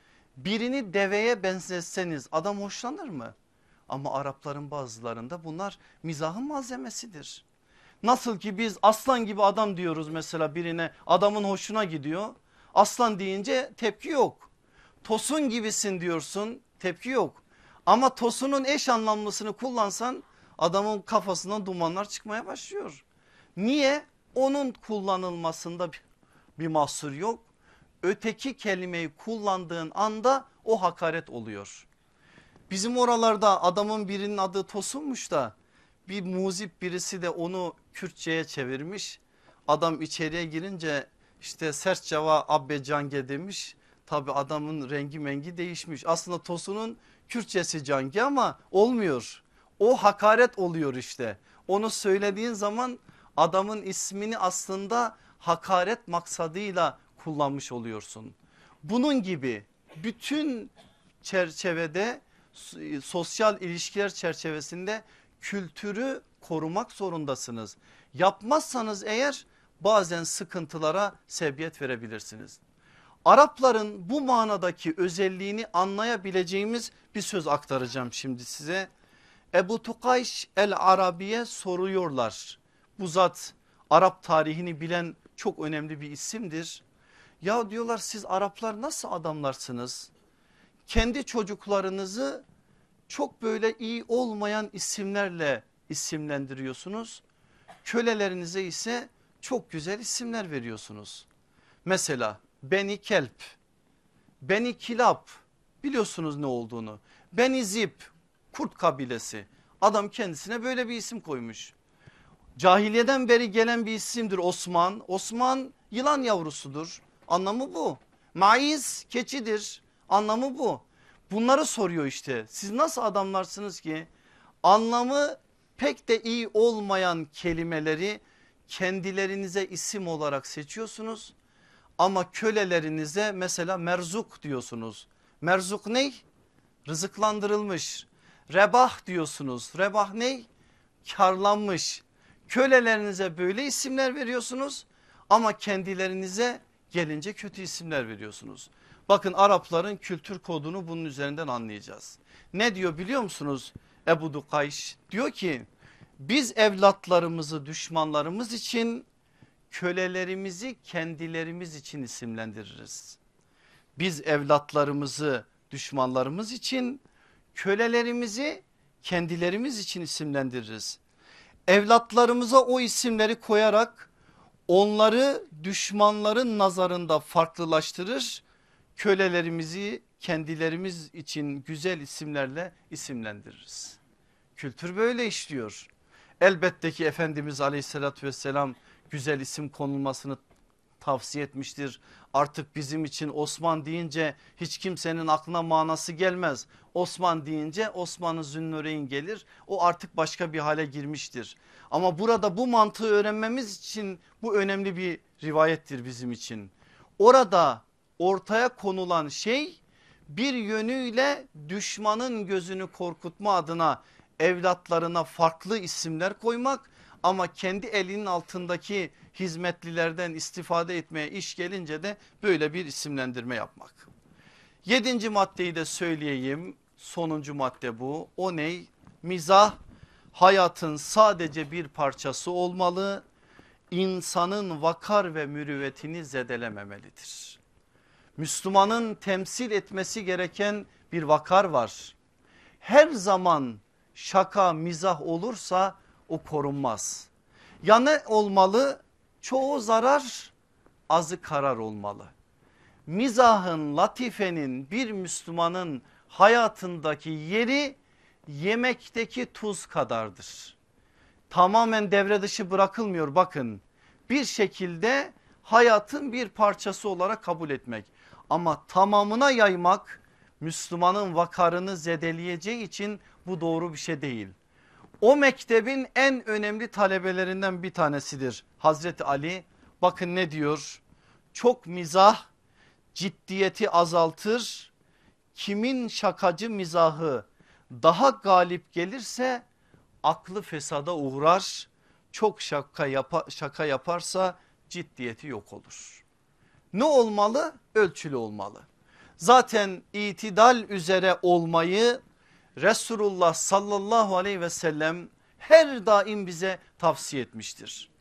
Birini deveye benzetseniz adam hoşlanır mı? Ama Arapların bazılarında bunlar mizahın malzemesidir. Nasıl ki biz aslan gibi adam diyoruz mesela birine, adamın hoşuna gidiyor. Aslan deyince tepki yok. Tosun gibisin diyorsun, tepki yok. Ama tosunun eş anlamlısını kullansan adamın kafasından dumanlar çıkmaya başlıyor. Niye? Onun kullanılmasında bir mahsur yok. Öteki kelimeyi kullandığın anda o hakaret oluyor. Bizim oralarda adamın birinin adı Tosun'muş da bir muzip birisi de onu Kürtçe'ye çevirmiş. Adam içeriye girince işte sertçava abbe cange demiş. Tabi adamın rengi mengi değişmiş. Aslında Tosun'un Kürtçesi cange ama olmuyor. O hakaret oluyor işte. Onu söylediğin zaman adamın ismini aslında hakaret maksadıyla kullanmış oluyorsun. Bunun gibi bütün çerçevede, sosyal ilişkiler çerçevesinde kültürü korumak zorundasınız. Yapmazsanız eğer bazen sıkıntılara sebebiyet verebilirsiniz. Arapların bu manadaki özelliğini anlayabileceğimiz bir söz aktaracağım şimdi size. Ebu Tukayş el Arabi'ye soruyorlar. Bu zat Arap tarihini bilen çok önemli bir isimdir. Ya diyorlar, siz Araplar nasıl adamlarsınız? Kendi çocuklarınızı çok böyle iyi olmayan isimlerle isimlendiriyorsunuz. Kölelerinize ise çok güzel isimler veriyorsunuz. Mesela Beni Kelp, Beni Kilab, biliyorsunuz ne olduğunu. Beni Zib, Kurt kabilesi, adam kendisine böyle bir isim koymuş. Cahiliyeden beri gelen bir isimdir Osman. Osman yılan yavrusudur, anlamı bu. Maiz keçidir, anlamı bu. Bunları soruyor işte, siz nasıl adamlarsınız ki anlamı pek de iyi olmayan kelimeleri kendilerinize isim olarak seçiyorsunuz. Ama kölelerinize mesela merzuk diyorsunuz. Merzuk ne? Rızıklandırılmış. Rebah diyorsunuz. Rebah ne? Karlanmış. Kölelerinize böyle isimler veriyorsunuz ama kendilerinize gelince kötü isimler veriyorsunuz. Bakın Arapların kültür kodunu bunun üzerinden anlayacağız. Ne diyor biliyor musunuz? Ebu Dukayş diyor ki biz evlatlarımızı düşmanlarımız için, kölelerimizi kendilerimiz için isimlendiririz. Biz evlatlarımızı düşmanlarımız için, kölelerimizi kendilerimiz için isimlendiririz. Evlatlarımıza o isimleri koyarak onları düşmanların nazarında farklılaştırır. Kölelerimizi kendilerimiz için güzel isimlerle isimlendiririz. Kültür böyle işliyor. Elbette ki Efendimiz aleyhissalatü vesselam güzel isim konulmasını tavsiye etmiştir. Artık bizim için Osman deyince hiç kimsenin aklına manası gelmez. Osman deyince Osman-ı Zünnüreyn gelir, o artık başka bir hale girmiştir. Ama burada bu mantığı öğrenmemiz için bu önemli bir rivayettir bizim için. Orada ortaya konulan şey bir yönüyle düşmanın gözünü korkutma adına evlatlarına farklı isimler koymak, Ama kendi elinin altındaki hizmetlilerden istifade etmeye iş gelince de böyle bir isimlendirme yapmak. 7. maddeyi de söyleyeyim, sonuncu madde bu. O ney? Mizah hayatın sadece bir parçası olmalı, insanın vakar ve mürüvvetini zedelememelidir. Müslümanın temsil etmesi gereken bir vakar var. Her zaman şaka mizah olursa o korunmaz. Ya ne olmalı? Çoğu zarar, azı karar olmalı. Mizahın, latifenin bir Müslümanın hayatındaki yeri yemekteki tuz kadardır. Tamamen devre dışı bırakılmıyor, bakın. Bir şekilde hayatın bir parçası olarak kabul etmek. Ama tamamına yaymak Müslümanın vakarını zedeleyeceği için bu doğru bir şey değil. O mektebin en önemli talebelerinden bir tanesidir Hazreti Ali. Bakın ne diyor? Çok mizah ciddiyeti azaltır. Kimin şakacı mizahı daha galip gelirse aklı fesada uğrar. Çok şaka yaparsa ciddiyeti yok olur. Ne olmalı? Ölçülü olmalı. Zaten itidal üzere olmayı Resulullah sallallahu aleyhi ve sellem her daim bize tavsiye etmiştir.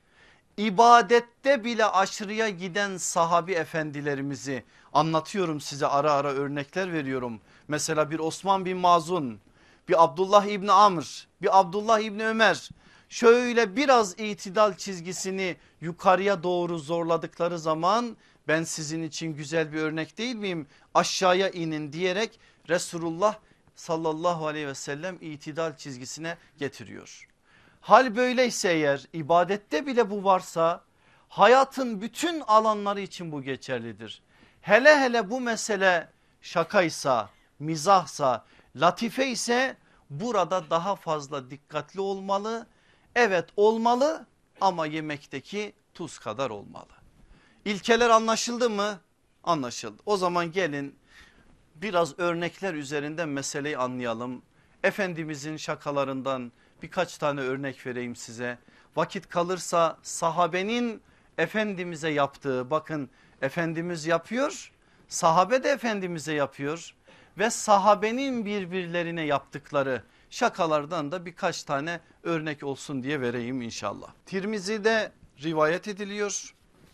İbadette bile aşırıya giden sahabi efendilerimizi anlatıyorum size, ara ara örnekler veriyorum. Mesela bir Osman bin Mazun, bir Abdullah İbni Amr, bir Abdullah İbni Ömer şöyle biraz itidal çizgisini yukarıya doğru zorladıkları zaman ben sizin için güzel bir örnek değil miyim, aşağıya inin diyerek Resulullah sallallahu aleyhi ve sellem itidal çizgisine getiriyor. Hal böyleyse eğer, ibadette bile bu varsa hayatın bütün alanları için bu geçerlidir. Hele hele bu mesele şakaysa, mizahsa, latife ise burada daha fazla dikkatli olmalı. Evet, olmalı ama yemekteki tuz kadar olmalı. İlkeler anlaşıldı mı? Anlaşıldı. O zaman gelin biraz örnekler üzerinden meseleyi anlayalım. Efendimizin şakalarından birkaç tane örnek vereyim size. Vakit kalırsa sahabenin Efendimiz'e yaptığı, bakın Efendimiz yapıyor, sahabe de Efendimiz'e yapıyor ve sahabenin birbirlerine yaptıkları şakalardan da birkaç tane örnek olsun diye vereyim inşallah. Tirmizi'de rivayet ediliyor.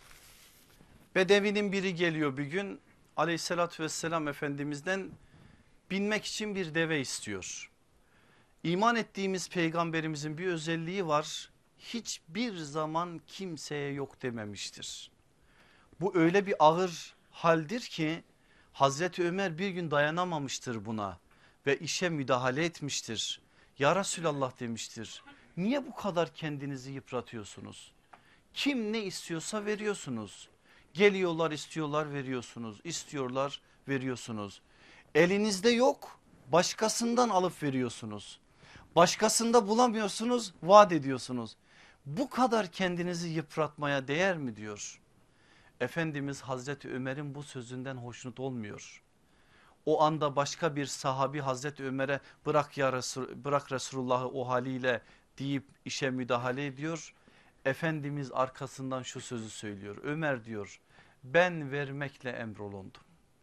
Bedevinin biri geliyor bir gün, aleyhissalatü vesselam Efendimiz'den binmek için bir deve istiyor. İman ettiğimiz peygamberimizin bir özelliği var. Hiçbir zaman kimseye yok dememiştir. Bu öyle bir ağır haldir ki Hazreti Ömer bir gün dayanamamıştır buna ve işe müdahale etmiştir. Ya Resulallah demiştir, niye bu kadar kendinizi yıpratıyorsunuz? Kim ne istiyorsa veriyorsunuz. Geliyorlar istiyorlar veriyorsunuz, istiyorlar veriyorsunuz. Elinizde yok, başkasından alıp veriyorsunuz. Başkasında bulamıyorsunuz, vaat ediyorsunuz. Bu kadar kendinizi yıpratmaya değer mi diyor. Efendimiz Hazreti Ömer'in bu sözünden hoşnut olmuyor. O anda başka bir sahabi Hazreti Ömer'e bırak ya bırak Resulullah'ı o haliyle deyip işe müdahale ediyor. Efendimiz arkasından şu sözü söylüyor. Ömer diyor, ben vermekle emrolundum.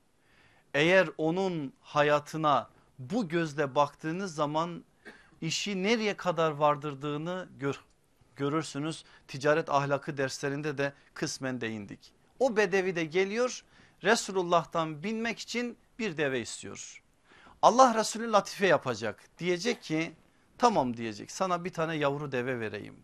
Eğer onun hayatına bu gözle baktığınız zaman işi nereye kadar vardırdığını görürsünüz. Ticaret ahlakı derslerinde de kısmen değindik. O bedevi de geliyor, Resulullah'tan binmek için bir deve istiyor. Allah Resulü latife yapacak, diyecek ki tamam diyecek, sana bir tane yavru deve vereyim.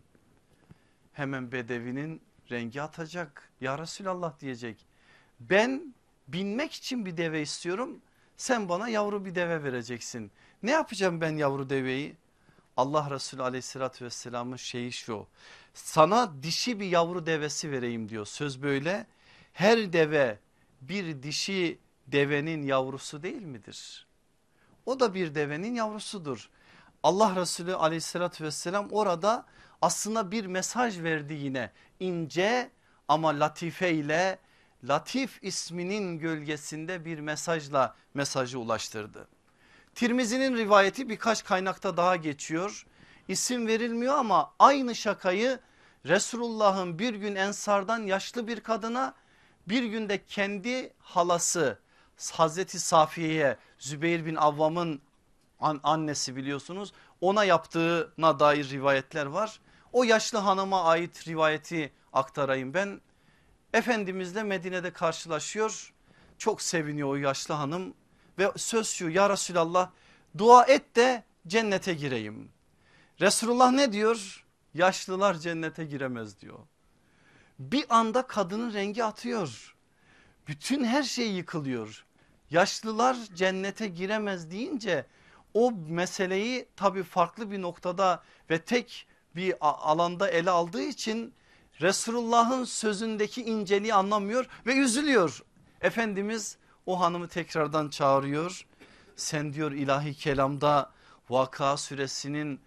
Hemen bedevinin rengi atacak, ya Resulallah diyecek, ben binmek için bir deve istiyorum, sen bana yavru bir deve vereceksin. Ne yapacağım ben yavru deveyi? Allah Resulü aleyhissalatü vesselamın şeyi şu, sana dişi bir yavru devesi vereyim diyor. Söz böyle, her deve bir dişi devenin yavrusu değil midir? O da bir devenin yavrusudur. Allah Resulü aleyhissalatü vesselam orada aslında bir mesaj verdi, yine ince ama latife ile, Latif isminin gölgesinde bir mesajla mesajı ulaştırdı. Tirmizi'nin rivayeti birkaç kaynakta daha geçiyor. isim verilmiyor ama aynı şakayı Resulullah'ın bir gün Ensardan yaşlı bir kadına, bir gün de kendi halası Hazreti Safiye'ye, Zübeyir bin Avvam'ın annesi biliyorsunuz, ona yaptığına dair rivayetler var. O yaşlı hanıma ait rivayeti aktarayım ben. Efendimizle Medine'de karşılaşıyor, çok seviniyor o yaşlı hanım ve söz şu: ya Resulallah, dua et de cennete gireyim. Resulullah ne diyor? Yaşlılar cennete giremez diyor. Bir anda kadının rengi atıyor. Bütün her şey yıkılıyor. Yaşlılar cennete giremez deyince o meseleyi tabii farklı bir noktada ve tek bir alanda ele aldığı için Resulullah'ın sözündeki inceliği anlamıyor ve üzülüyor. Efendimiz o hanımı tekrardan çağırıyor. Sen diyor ilahi kelamda Vakıa suresinin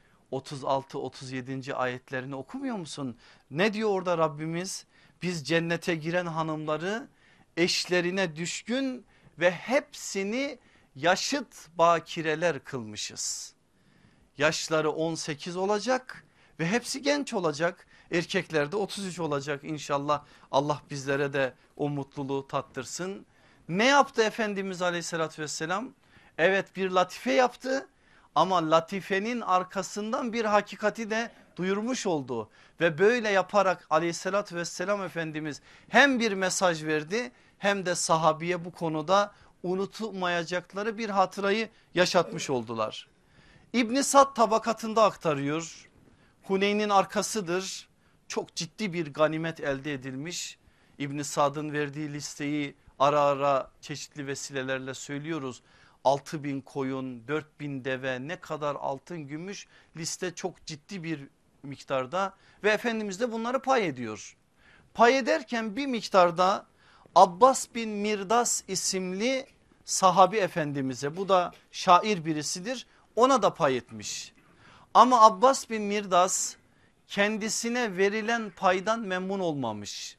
36-37. ayetlerini okumuyor musun? Ne diyor orada Rabbimiz? Biz cennete giren hanımları eşlerine düşkün ve hepsini yaşıt bakireler kılmışız. Yaşları 18 olacak ve hepsi genç olacak. Erkekler de 33 olacak inşallah. Allah bizlere de o mutluluğu tattırsın. Ne yaptı Efendimiz aleyhissalatü vesselam? Evet, bir latife yaptı ama latifenin arkasından bir hakikati de duyurmuş oldu. Ve böyle yaparak aleyhissalatü vesselam Efendimiz hem bir mesaj verdi hem de sahabiye bu konuda unutulmayacakları bir hatırayı yaşatmış oldular. İbn Sad tabakatında aktarıyor. Huneyn'in arkasıdır. Çok ciddi bir ganimet elde edilmiş. İbn Sad'ın verdiği listeyi ara ara çeşitli vesilelerle söylüyoruz. 6.000 koyun, 4.000 deve, ne kadar altın gümüş, liste çok ciddi bir miktarda ve Efendimiz de bunları pay ediyor. Pay ederken bir miktarda Abbas bin Mirdas isimli sahabi efendimize, bu da şair birisidir, ona da pay etmiş. Ama Abbas bin Mirdas kendisine verilen paydan memnun olmamış.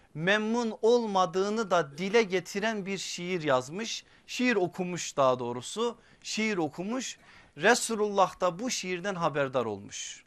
Memnun olmadığını da dile getiren bir şiir yazmış. Şiir okumuş, daha doğrusu şiir okumuş. Resulullah da bu şiirden haberdar olmuş.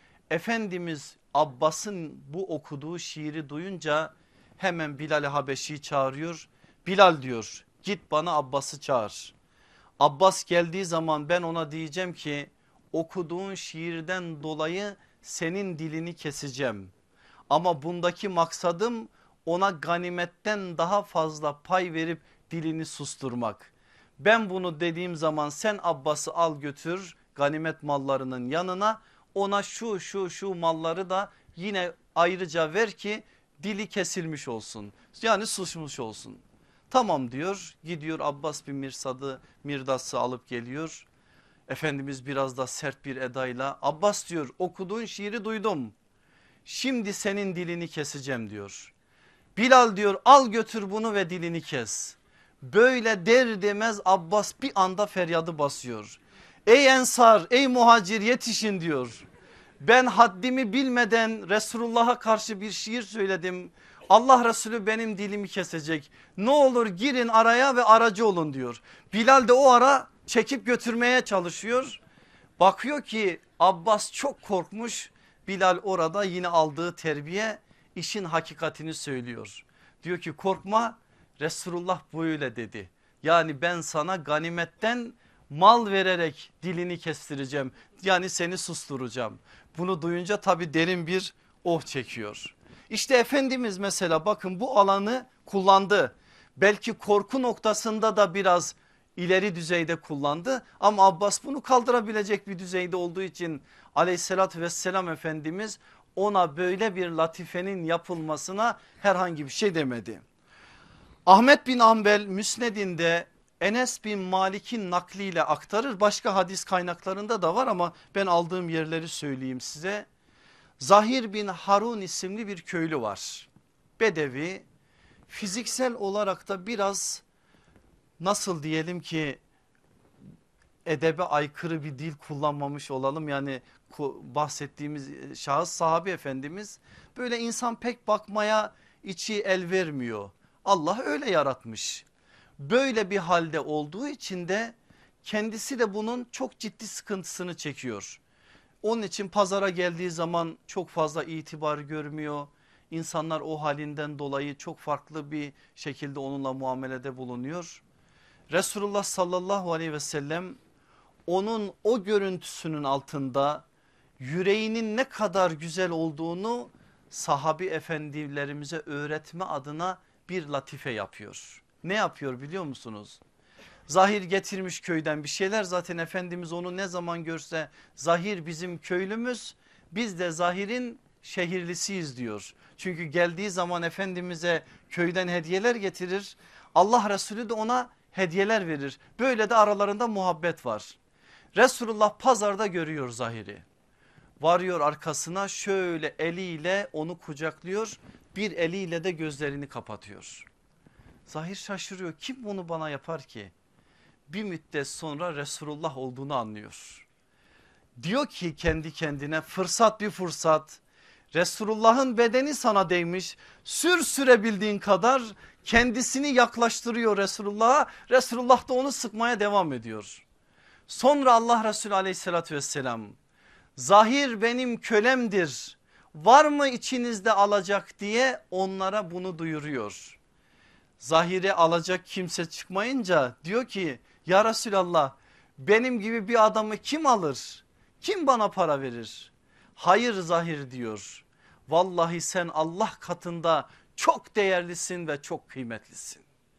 Efendimiz Abbas'ın bu okuduğu şiiri duyunca hemen Bilal-i Habeşi'yi çağırıyor. Bilal diyor, git bana Abbas'ı çağır. Abbas geldiği zaman ben ona diyeceğim ki okuduğun şiirden dolayı senin dilini keseceğim. Ama bundaki maksadım ona ganimetten daha fazla pay verip dilini susturmak. Ben bunu dediğim zaman sen Abbas'ı al götür ganimet mallarının yanına, ona şu malları da yine ayrıca ver ki dili kesilmiş olsun, yani susmuş olsun. Tamam diyor, gidiyor Abbas bin Mirdas'ı alıp geliyor. Efendimiz biraz da sert bir edayla, Abbas diyor, okuduğun şiiri duydum, şimdi senin dilini keseceğim diyor. Bilal diyor, al götür bunu ve dilini kes. Böyle der demez Abbas bir anda feryadı basıyor. Ey Ensar, ey muhacir, yetişin diyor. Ben haddimi bilmeden Resulullah'a karşı bir şiir söyledim. Allah Resulü benim dilimi kesecek. Ne olur girin araya ve aracı olun diyor. Bilal de o ara çekip götürmeye çalışıyor. Bakıyor ki Abbas çok korkmuş. Bilal orada yine aldığı terbiye işin hakikatini söylüyor. Diyor ki korkma, Resulullah böyle dedi. Yani ben sana ganimetten mal vererek dilini kestireceğim. Yani seni susturacağım. Bunu duyunca tabii derin bir oh çekiyor. İşte Efendimiz mesela bakın bu alanı kullandı. Belki korku noktasında da biraz ileri düzeyde kullandı ama Abbas bunu kaldırabilecek bir düzeyde olduğu için aleyhissalatü vesselam Efendimiz ona böyle bir latifenin yapılmasına herhangi bir şey demedi. Ahmet bin Ambel Müsned'inde Enes bin Malik'in nakliyle aktarır, başka hadis kaynaklarında da var ama ben aldığım yerleri söyleyeyim size. Zahir bin Harun isimli bir köylü var. Bedevi, fiziksel olarak da biraz nasıl diyelim ki edebe aykırı bir dil kullanmamış olalım. Yani bahsettiğimiz şahıs sahabi efendimiz, böyle insan pek bakmaya içi el vermiyor. Allah öyle yaratmış. Böyle bir halde olduğu için de kendisi de bunun çok ciddi sıkıntısını çekiyor. Onun için pazara geldiği zaman çok fazla itibar görmüyor. İnsanlar o halinden dolayı çok farklı bir şekilde onunla muamelede bulunuyor. Resulullah sallallahu aleyhi ve sellem onun o görüntüsünün altında yüreğinin ne kadar güzel olduğunu sahabi efendilerimize öğretme adına bir latife yapıyor. Ne yapıyor biliyor musunuz? Zahir getirmiş köyden bir şeyler, zaten Efendimiz onu ne zaman görse Zahir bizim köylümüz, biz de Zahir'in şehirlisiyiz diyor. Çünkü geldiği zaman Efendimiz'e köyden hediyeler getirir, Allah Resulü de ona hediyeler verir. Böyle de aralarında muhabbet var. Resulullah pazarda görüyor Zahir'i, varıyor arkasına, şöyle eliyle onu kucaklıyor, bir eliyle de gözlerini kapatıyor. Zahir şaşırıyor, kim bunu bana yapar ki? Bir müddet sonra Resulullah olduğunu anlıyor. Diyor ki kendi kendine, fırsat bir fırsat, Resulullah'ın bedeni sana değmiş, sürebildiğin kadar kendisini yaklaştırıyor Resulullah'a. Resulullah da onu sıkmaya devam ediyor. Sonra Allah Resulü aleyhissalatü vesselam, Zahir benim kölemdir, var mı içinizde alacak diye onlara bunu duyuruyor. Zahir'e alacak kimse çıkmayınca diyor ki ya Resulallah, benim gibi bir adamı kim alır? Kim bana para verir? Hayır Zahir diyor, vallahi sen Allah katında çok değerlisin ve çok kıymetlisin.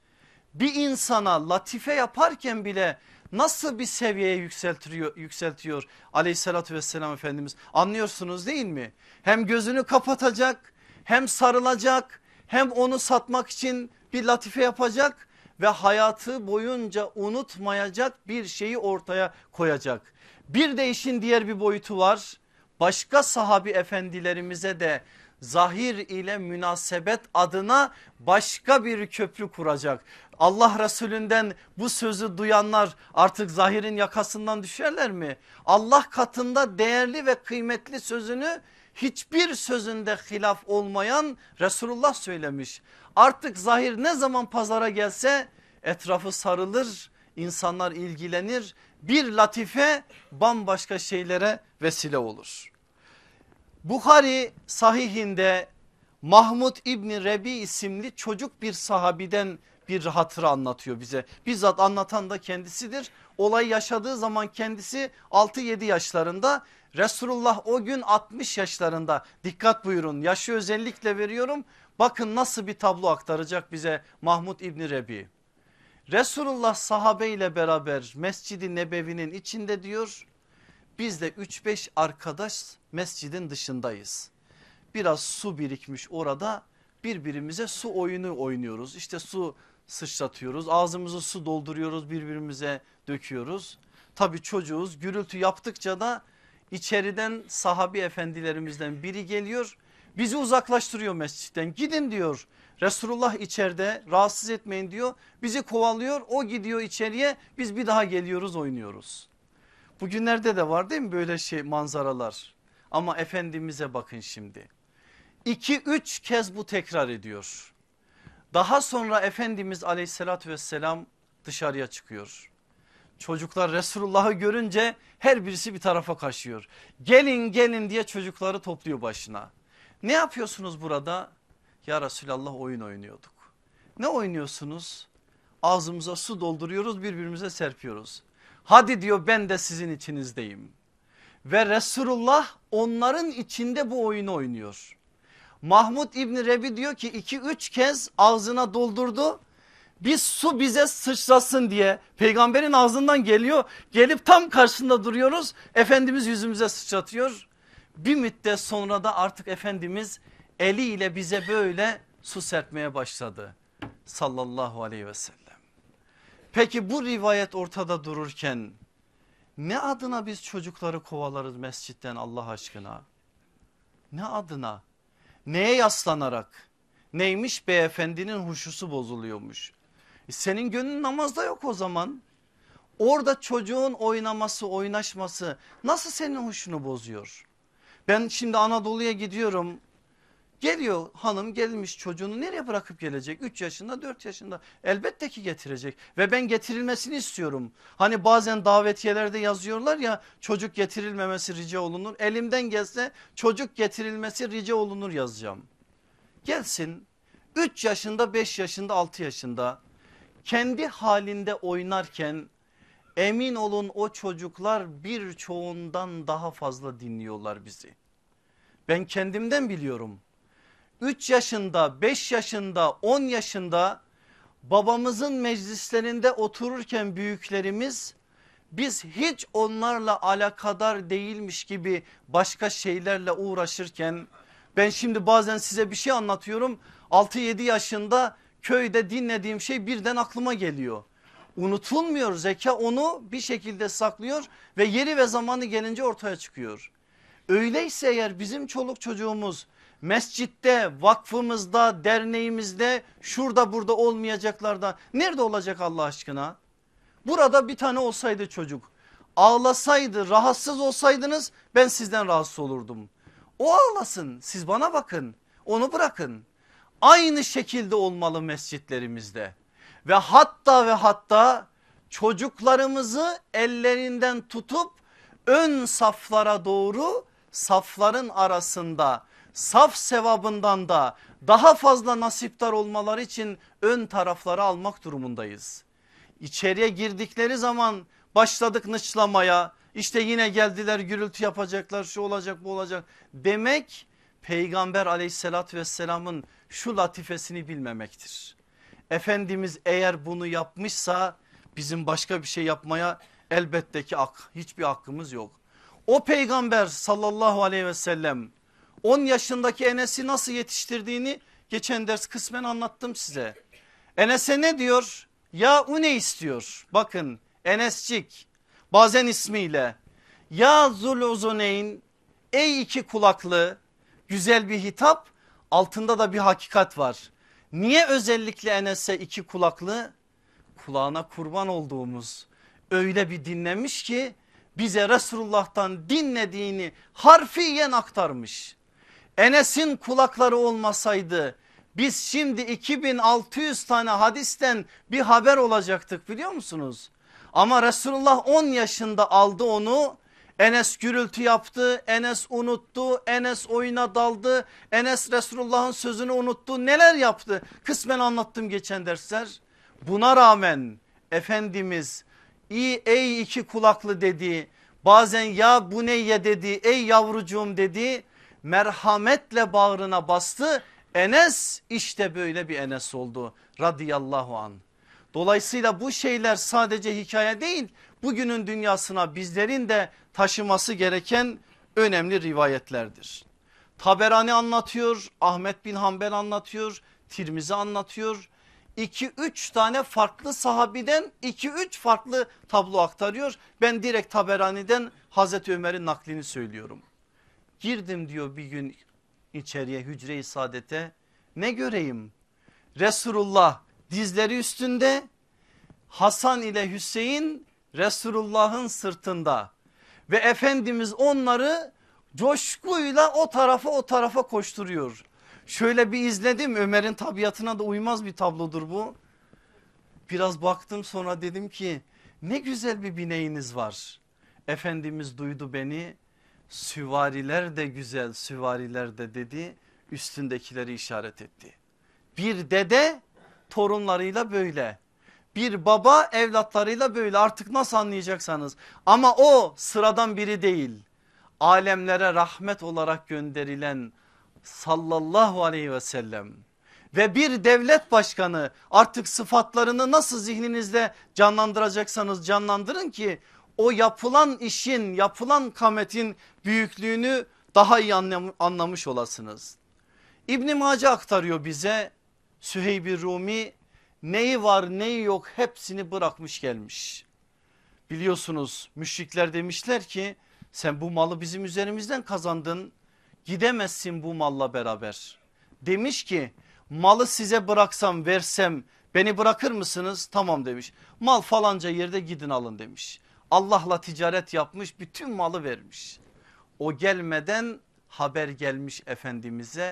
Bir insana latife yaparken bile nasıl bir seviyeye yükseltiyor aleyhissalatü vesselam Efendimiz, anlıyorsunuz değil mi? Hem gözünü kapatacak, hem sarılacak, hem onu satmak için bir latife yapacak ve hayatı boyunca unutmayacak bir şeyi ortaya koyacak. Bir de işin diğer bir boyutu var. Başka sahabi efendilerimize de Zahir ile münasebet adına başka bir köprü kuracak. Allah Resulünden bu sözü duyanlar artık Zahir'in yakasından düşerler mi? Allah katında değerli ve kıymetli sözünü hiçbir sözünde hilaf olmayan Resulullah söylemiş. Artık Zahir ne zaman pazara gelse etrafı sarılır, insanlar ilgilenir, bir latife bambaşka şeylere vesile olur. Buhari sahihinde Mahmud İbni Rebi isimli çocuk bir sahabiden bir hatıra anlatıyor bize. Bizzat anlatan da kendisidir. Olay yaşadığı zaman kendisi 6-7 yaşlarında, Resulullah o gün 60 yaşlarında. Dikkat buyurun, yaşı özellikle veriyorum. Bakın nasıl bir tablo aktaracak bize Mahmud İbni Rebi. Resulullah sahabe ile beraber Mescid-i Nebevi'nin içinde diyor. Biz de 3-5 arkadaş mescidin dışındayız. Biraz su birikmiş orada, birbirimize su oyunu oynuyoruz. İşte su sıçratıyoruz, ağzımızı su dolduruyoruz, birbirimize döküyoruz. Tabii çocuğuz, gürültü yaptıkça da içeriden sahabi efendilerimizden biri geliyor, bizi uzaklaştırıyor mescitten. Gidin diyor, Resulullah içeride, rahatsız etmeyin diyor, bizi kovalıyor, o gidiyor içeriye, biz bir daha geliyoruz, oynuyoruz. Bugünlerde de var değil mi böyle manzaralar, ama Efendimiz'e bakın şimdi. 2-3 kez bu tekrar ediyor. Daha sonra Efendimiz aleyhissalatü vesselam dışarıya çıkıyor. Çocuklar Resulullah'ı görünce her birisi bir tarafa kaçıyor. Gelin gelin diye çocukları topluyor başına. Ne yapıyorsunuz burada? Ya Resulallah, oyun oynuyorduk. Ne oynuyorsunuz? Ağzımıza su dolduruyoruz, birbirimize serpiyoruz. Hadi diyor, ben de sizin içinizdeyim. Ve Resulullah onların içinde bu oyunu oynuyor. Mahmud İbni Rebi diyor ki 2-3 kez ağzına doldurdu. Bir su bize sıçrasın diye peygamberin ağzından geliyor. Gelip tam karşısında duruyoruz. Efendimiz yüzümüze sıçratıyor. Bir müddet sonra da artık Efendimiz eliyle bize böyle su serpmeye başladı. Sallallahu aleyhi ve sellem. Peki bu rivayet ortada dururken ne adına biz çocukları kovalarız mescitten Allah aşkına? Ne adına? Neye yaslanarak? Neymiş, beyefendinin huşusu bozuluyormuş. Senin gönlün namazda yok o zaman. Orada çocuğun oynaması, oynaşması nasıl senin huşunu bozuyor? Ben şimdi Anadolu'ya gidiyorum. Geliyor hanım, gelmiş çocuğunu nereye bırakıp gelecek? 3 yaşında 4 yaşında, elbette ki getirecek ve ben getirilmesini istiyorum. Hani bazen davetiyelerde yazıyorlar ya, çocuk getirilmemesi rica olunur. Elimden gelse çocuk getirilmesi rica olunur yazacağım. Gelsin, 3 yaşında 5 yaşında 6 yaşında kendi halinde oynarken emin olun o çocuklar birçoğundan daha fazla dinliyorlar bizi. Ben kendimden biliyorum. 3 yaşında, 5 yaşında, 10 yaşında babamızın meclislerinde otururken büyüklerimiz, biz hiç onlarla alakadar değilmiş gibi başka şeylerle uğraşırken, ben şimdi bazen size bir şey anlatıyorum, 6-7 yaşında köyde dinlediğim şey birden aklıma geliyor. Unutulmuyor, zeka onu bir şekilde saklıyor ve yeri ve zamanı gelince ortaya çıkıyor. Öyleyse eğer bizim çoluk çocuğumuz mescitte, vakfımızda, derneğimizde, şurada burada olmayacaklarda nerede olacak Allah aşkına? Burada bir tane olsaydı çocuk, ağlasaydı, rahatsız olsaydınız ben sizden rahatsız olurdum. O ağlasın, siz bana bakın, onu bırakın. Aynı şekilde olmalı mescitlerimizde ve hatta çocuklarımızı ellerinden tutup ön saflara doğru, safların arasında saf sevabından da daha fazla nasiptar olmaları için ön tarafları almak durumundayız. İçeriye girdikleri zaman başladık nıçlamaya, işte yine geldiler gürültü yapacaklar, şu olacak bu olacak demek, Peygamber aleyhissalatü vesselamın şu latifesini bilmemektir. Efendimiz eğer bunu yapmışsa bizim başka bir şey yapmaya elbette ki hiçbir hakkımız yok. O peygamber sallallahu aleyhi ve sellem 10 yaşındaki Enes'i nasıl yetiştirdiğini geçen ders kısmen anlattım size. Enes'e ne diyor? Ya ne istiyor? Bakın Enescik, bazen ismiyle, ya Zul'uzuneyn, ey iki kulaklı, güzel bir hitap, altında da bir hakikat var. Niye özellikle Enes'e iki kulaklı? Kulağına kurban olduğumuz öyle bir dinlemiş ki bize Resulullah'tan dinlediğini harfiyen aktarmış. Enes'in kulakları olmasaydı biz şimdi 2600 tane hadisten bir haber olacaktık, biliyor musunuz? Ama Resulullah 10 yaşında aldı onu. Enes gürültü yaptı, Enes unuttu, Enes oyuna daldı, Enes Resulullah'ın sözünü unuttu, neler yaptı kısmen anlattım geçen dersler. Buna rağmen Efendimiz ey iki kulaklı dedi, bazen ya bu neyye dedi, ey yavrucuğum dedi, merhametle bağrına bastı. Enes işte böyle bir Enes oldu radıyallahu anh. Dolayısıyla bu şeyler sadece hikaye değil, bugünün dünyasına bizlerin de taşıması gereken önemli rivayetlerdir. Taberani anlatıyor, Ahmet bin Hanbel anlatıyor, Tirmizi anlatıyor. 2-3 tane farklı sahabiden 2-3 farklı tablo aktarıyor. Ben direkt Taberani'den Hazreti Ömer'in naklini söylüyorum. Girdim diyor bir gün içeriye, hücre-i saadete, ne göreyim? Resulullah dizleri üstünde, Hasan ile Hüseyin Resulullah'ın sırtında ve Efendimiz onları coşkuyla o tarafa koşturuyor. Şöyle bir izledim, Ömer'in tabiatına da uymaz bir tablodur bu. Biraz baktım, sonra dedim ki ne güzel bir bineğiniz var. Efendimiz duydu beni, süvariler de güzel, süvariler de dedi, üstündekileri işaret etti. Bir dede torunlarıyla böyle, bir baba evlatlarıyla böyle, artık nasıl anlayacaksanız, ama o sıradan biri değil. Alemlere rahmet olarak gönderilen sallallahu aleyhi ve sellem ve bir devlet başkanı, artık sıfatlarını nasıl zihninizde canlandıracaksanız canlandırın ki o yapılan işin, yapılan kametin büyüklüğünü daha iyi anlamış olasınız. İbn Mace aktarıyor bize, Süheyb-i Rumi neyi var neyi yok hepsini bırakmış gelmiş. Biliyorsunuz müşrikler demişler ki sen bu malı bizim üzerimizden kazandın, gidemezsin bu malla beraber. Demiş ki malı size bıraksam versem beni bırakır mısınız? Tamam demiş. Mal falanca yerde gidin alın demiş. Allah'la ticaret yapmış, bütün malı vermiş. O gelmeden haber gelmiş Efendimiz'e.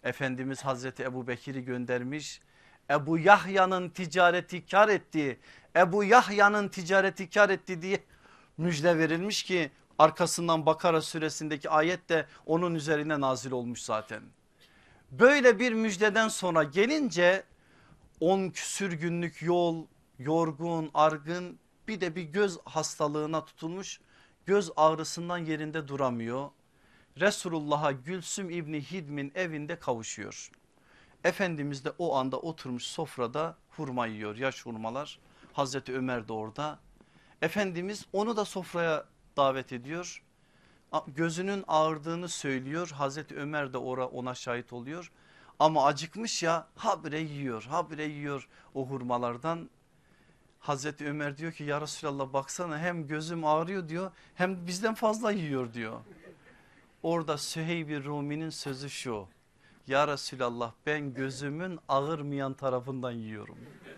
Efendimiz Hazreti Ebu Bekir'i göndermiş. Ebu Yahya'nın ticareti kar etti. Ebu Yahya'nın ticareti kar etti diye müjde verilmiş ki arkasından Bakara suresindeki ayet de onun üzerine nazil olmuş zaten. Böyle bir müjdeden sonra gelince 10 küsür günlük yol, yorgun, argın, bir de bir göz hastalığına tutulmuş, göz ağrısından yerinde duramıyor. Resulullah'a Gülsüm İbni Hidm'in evinde kavuşuyor. Efendimiz de o anda oturmuş sofrada hurma yiyor, yaş hurmalar. Hazreti Ömer de orada. Efendimiz onu da sofraya davet ediyor. Gözünün ağrıdığını söylüyor. Hazreti Ömer de ona şahit oluyor. Ama acıkmış ya, habire yiyor, habire yiyor o hurmalardan. Hazreti Ömer diyor ki ya Resulallah baksana, hem gözüm ağrıyor diyor, hem bizden fazla yiyor diyor. Orada Süheyb-i Rumi'nin sözü şu: ya Resulallah ben gözümün ağırmayan tarafından yiyorum.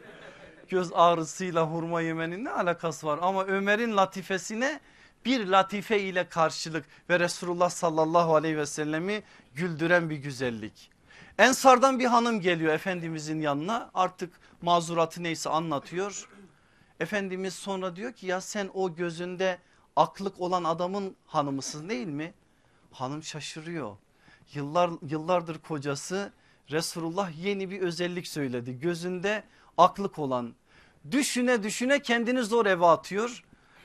Göz ağrısıyla hurma yemenin ne alakası var, ama Ömer'in latifesine bir latife ile karşılık ve Resulullah sallallahu aleyhi ve sellemi güldüren bir güzellik. Ensardan bir hanım geliyor Efendimizin yanına, artık mazuratı neyse anlatıyor. Efendimiz sonra diyor ki ya sen o gözünde aklık olan adamın hanımısın değil mi? Hanım şaşırıyor. Yıllardır kocası, Resulullah yeni bir özellik söyledi. Gözünde aklık olan, düşüne düşüne kendini zor eve atıyor.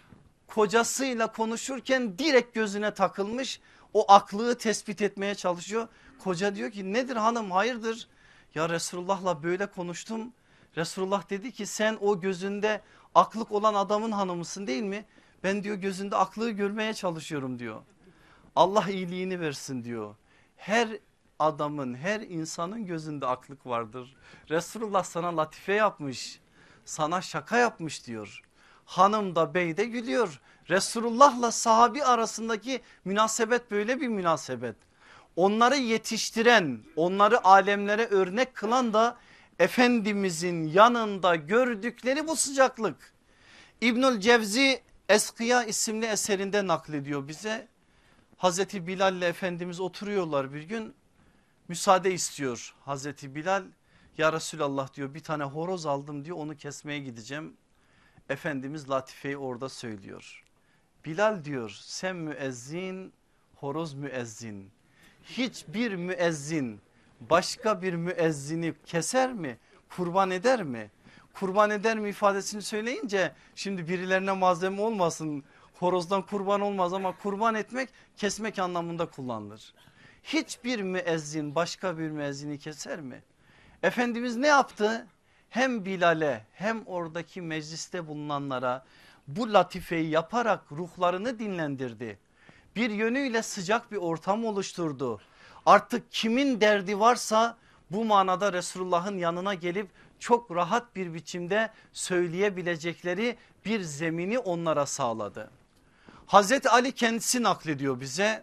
Kocasıyla konuşurken direkt gözüne takılmış, o aklığı tespit etmeye çalışıyor. Koca diyor ki nedir hanım, hayırdır? Ya Resulullah'la böyle konuştum. Resulullah dedi ki sen o gözünde aklık olan adamın hanımısın değil mi? Ben diyor gözünde aklığı görmeye çalışıyorum diyor. Allah iyiliğini versin diyor. Her adamın, her insanın gözünde aklık vardır. Resulullah sana latife yapmış, sana şaka yapmış diyor. Hanım da bey de gülüyor. Resulullah'la sahabi arasındaki münasebet böyle bir münasebet. Onları yetiştiren, onları alemlere örnek kılan da Efendimizin yanında gördükleri bu sıcaklık. İbnül Cevzi Eskıya isimli eserinde naklediyor bize. Hazreti Bilal ile Efendimiz oturuyorlar bir gün, müsaade istiyor Hazreti Bilal. Ya Resulallah diyor bir tane horoz aldım diyor, onu kesmeye gideceğim. Efendimiz latifeyi orada söylüyor. Bilal diyor sen müezzin, horoz müezzin. Hiçbir müezzin başka bir müezzini keser mi, kurban eder mi? Kurban eder mi ifadesini söyleyince şimdi birilerine malzeme olmasın, horozdan kurban olmaz, ama kurban etmek kesmek anlamında kullanılır. Hiçbir müezzin başka bir müezzini keser mi? Efendimiz ne yaptı? Hem Bilal'e hem oradaki mecliste bulunanlara bu latifeyi yaparak ruhlarını dinlendirdi. Bir yönüyle sıcak bir ortam oluşturdu. Artık kimin derdi varsa bu manada Resulullah'ın yanına gelip çok rahat bir biçimde söyleyebilecekleri bir zemini onlara sağladı. Hazreti Ali kendisi naklediyor bize.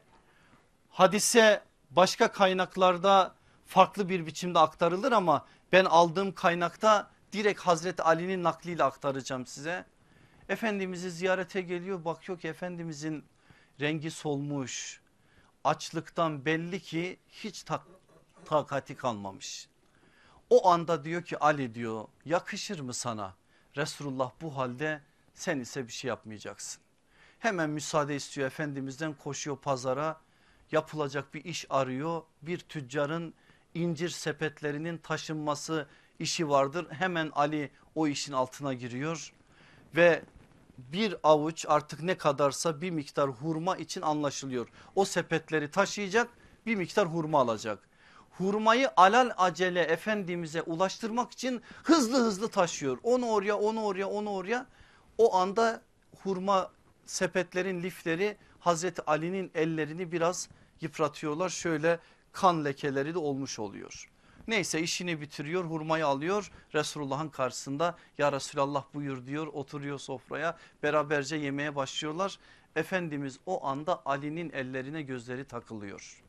Hadise başka kaynaklarda farklı bir biçimde aktarılır ama ben aldığım kaynakta direkt Hazreti Ali'nin nakliyle aktaracağım size. Efendimiz'i ziyarete geliyor, bakıyor ki Efendimizin rengi solmuş, açlıktan belli ki hiç takati kalmamış. O anda diyor ki Ali diyor yakışır mı sana? Resulullah bu halde, sen ise bir şey yapmayacaksın. Hemen müsaade istiyor Efendimiz'den, koşuyor pazara, yapılacak bir iş arıyor. Bir tüccarın incir sepetlerinin taşınması işi vardır. Hemen Ali o işin altına giriyor ve bir avuç artık ne kadarsa bir miktar hurma için anlaşılıyor. O sepetleri taşıyacak, bir miktar hurma alacak. Hurmayı alal acele Efendimiz'e ulaştırmak için hızlı hızlı taşıyor. Onu oraya, onu oraya, onu oraya. O anda hurma sepetlerin lifleri Hazreti Ali'nin ellerini biraz yıpratıyorlar. Şöyle kan lekeleri de olmuş oluyor. Neyse işini bitiriyor, hurmayı alıyor, Resulullah'ın karşısında ya Resulallah buyur diyor, oturuyor sofraya, beraberce yemeye başlıyorlar. Efendimiz o anda Ali'nin ellerine gözleri takılıyor.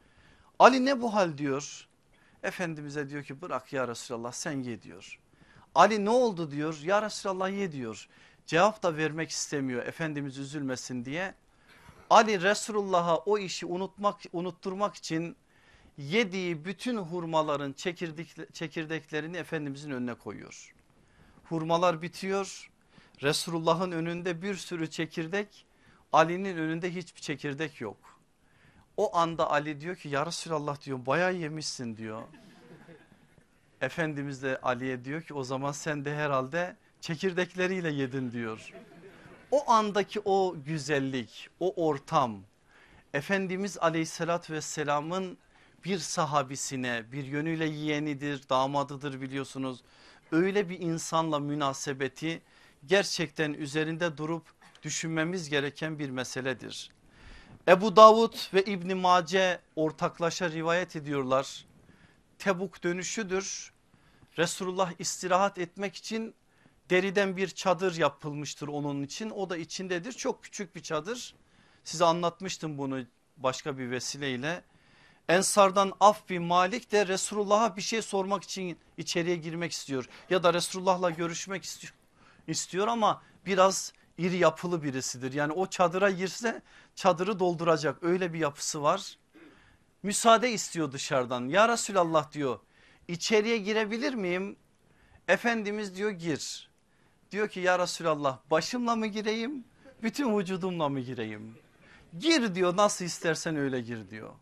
Ali ne bu hal diyor. Efendimiz'e diyor ki bırak ya Resulallah sen ye diyor. Ali ne oldu diyor, ya Resulallah ye diyor. Cevap da vermek istemiyor Efendimiz üzülmesin diye. Ali Resulullah'a o işi unutturmak için yediği bütün hurmaların çekirdeklerini Efendimizin önüne koyuyor. Hurmalar bitiyor. Resulullah'ın önünde bir sürü çekirdek, Ali'nin önünde hiçbir çekirdek yok. O anda Ali diyor ki ya Resulallah diyor, bayağı yemişsin diyor. Efendimiz de Ali'ye diyor ki o zaman sen de herhalde çekirdekleriyle yedin diyor. O andaki o güzellik, o ortam, Efendimiz aleyhissalatü vesselamın bir sahabisine, bir yönüyle yeğenidir, damadıdır biliyorsunuz. Öyle bir insanla münasebeti gerçekten üzerinde durup düşünmemiz gereken bir meseledir. Ebu Davud ve İbn Mace ortaklaşa rivayet ediyorlar. Tebuk dönüşüdür. Resulullah istirahat etmek için deriden bir çadır yapılmıştır onun için. O da içindedir, çok küçük bir çadır. Size anlatmıştım bunu başka bir vesileyle. Ensardan Af bin Malik de Resulullah'a bir şey sormak için içeriye girmek istiyor. Ya da Resulullah'la görüşmek istiyor ama biraz iri yapılı birisidir. Yani o çadıra girse çadırı dolduracak, öyle bir yapısı var. Müsaade istiyor dışarıdan. Ya Resulallah diyor, içeriye girebilir miyim? Efendimiz diyor gir. Diyor ki ya Resulallah, başımla mı gireyim, bütün vücudumla mı gireyim? Gir diyor, nasıl istersen öyle gir diyor.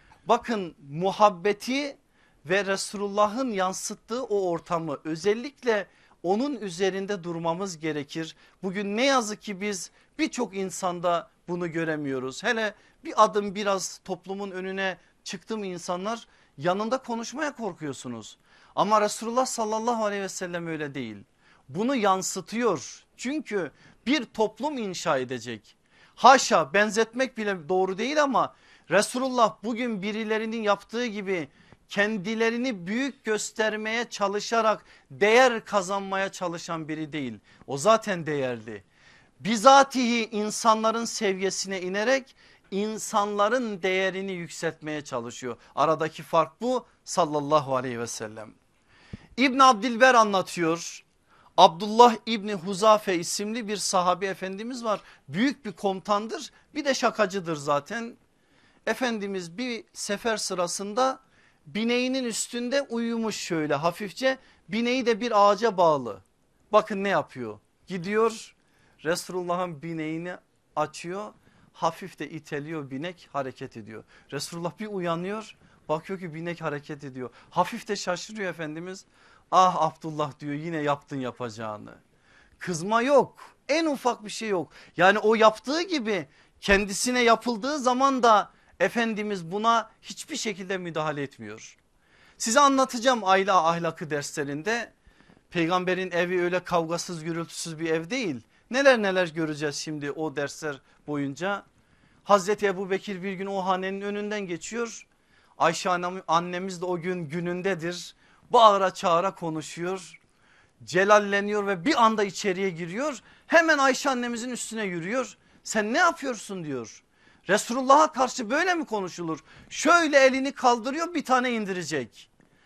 Bakın muhabbeti ve Resulullah'ın yansıttığı o ortamı, özellikle onun üzerinde durmamız gerekir. Bugün ne yazık ki biz birçok insanda bunu göremiyoruz. Hele bir adım biraz toplumun önüne çıktı mı insanlar, yanında konuşmaya korkuyorsunuz. Ama Resulullah sallallahu aleyhi ve sellem öyle değil. Bunu yansıtıyor, çünkü bir toplum inşa edecek. Haşa, benzetmek bile doğru değil ama Resulullah bugün birilerinin yaptığı gibi kendilerini büyük göstermeye çalışarak değer kazanmaya çalışan biri değil. O zaten değerli. Bizatihi insanların seviyesine inerek insanların değerini yükseltmeye çalışıyor. Aradaki fark bu sallallahu aleyhi ve sellem. İbn Abdilber anlatıyor. Abdullah İbni Huzafe isimli bir sahabi efendimiz var. Büyük bir komutandır, bir de şakacıdır zaten. Efendimiz bir sefer sırasında bineğinin üstünde uyumuş, şöyle hafifçe, bineği de bir ağaca bağlı. Bakın ne yapıyor, gidiyor Resulullah'ın bineğini açıyor, hafif de iteliyor, binek hareket ediyor. Resulullah bir uyanıyor, bakıyor ki binek hareket ediyor, hafif de şaşırıyor Efendimiz. Ah Abdullah diyor, yine yaptın yapacağını. Kızma yok, en ufak bir şey yok. Yani o yaptığı gibi kendisine yapıldığı zaman da Efendimiz buna hiçbir şekilde müdahale etmiyor. Size anlatacağım aile ahlakı derslerinde. Peygamberin evi öyle kavgasız gürültüsüz bir ev değil. Neler neler göreceğiz şimdi o dersler boyunca. Hazreti Ebubekir bir gün o hanenin önünden geçiyor. Ayşe annemiz de o gün günündedir. Bağıra çağıra konuşuyor. Celalleniyor ve bir anda içeriye giriyor. Hemen Ayşe annemizin üstüne yürüyor. Sen ne yapıyorsun diyor. Resulullah'a karşı böyle mi konuşulur? Şöyle elini kaldırıyor, bir tane indirecek.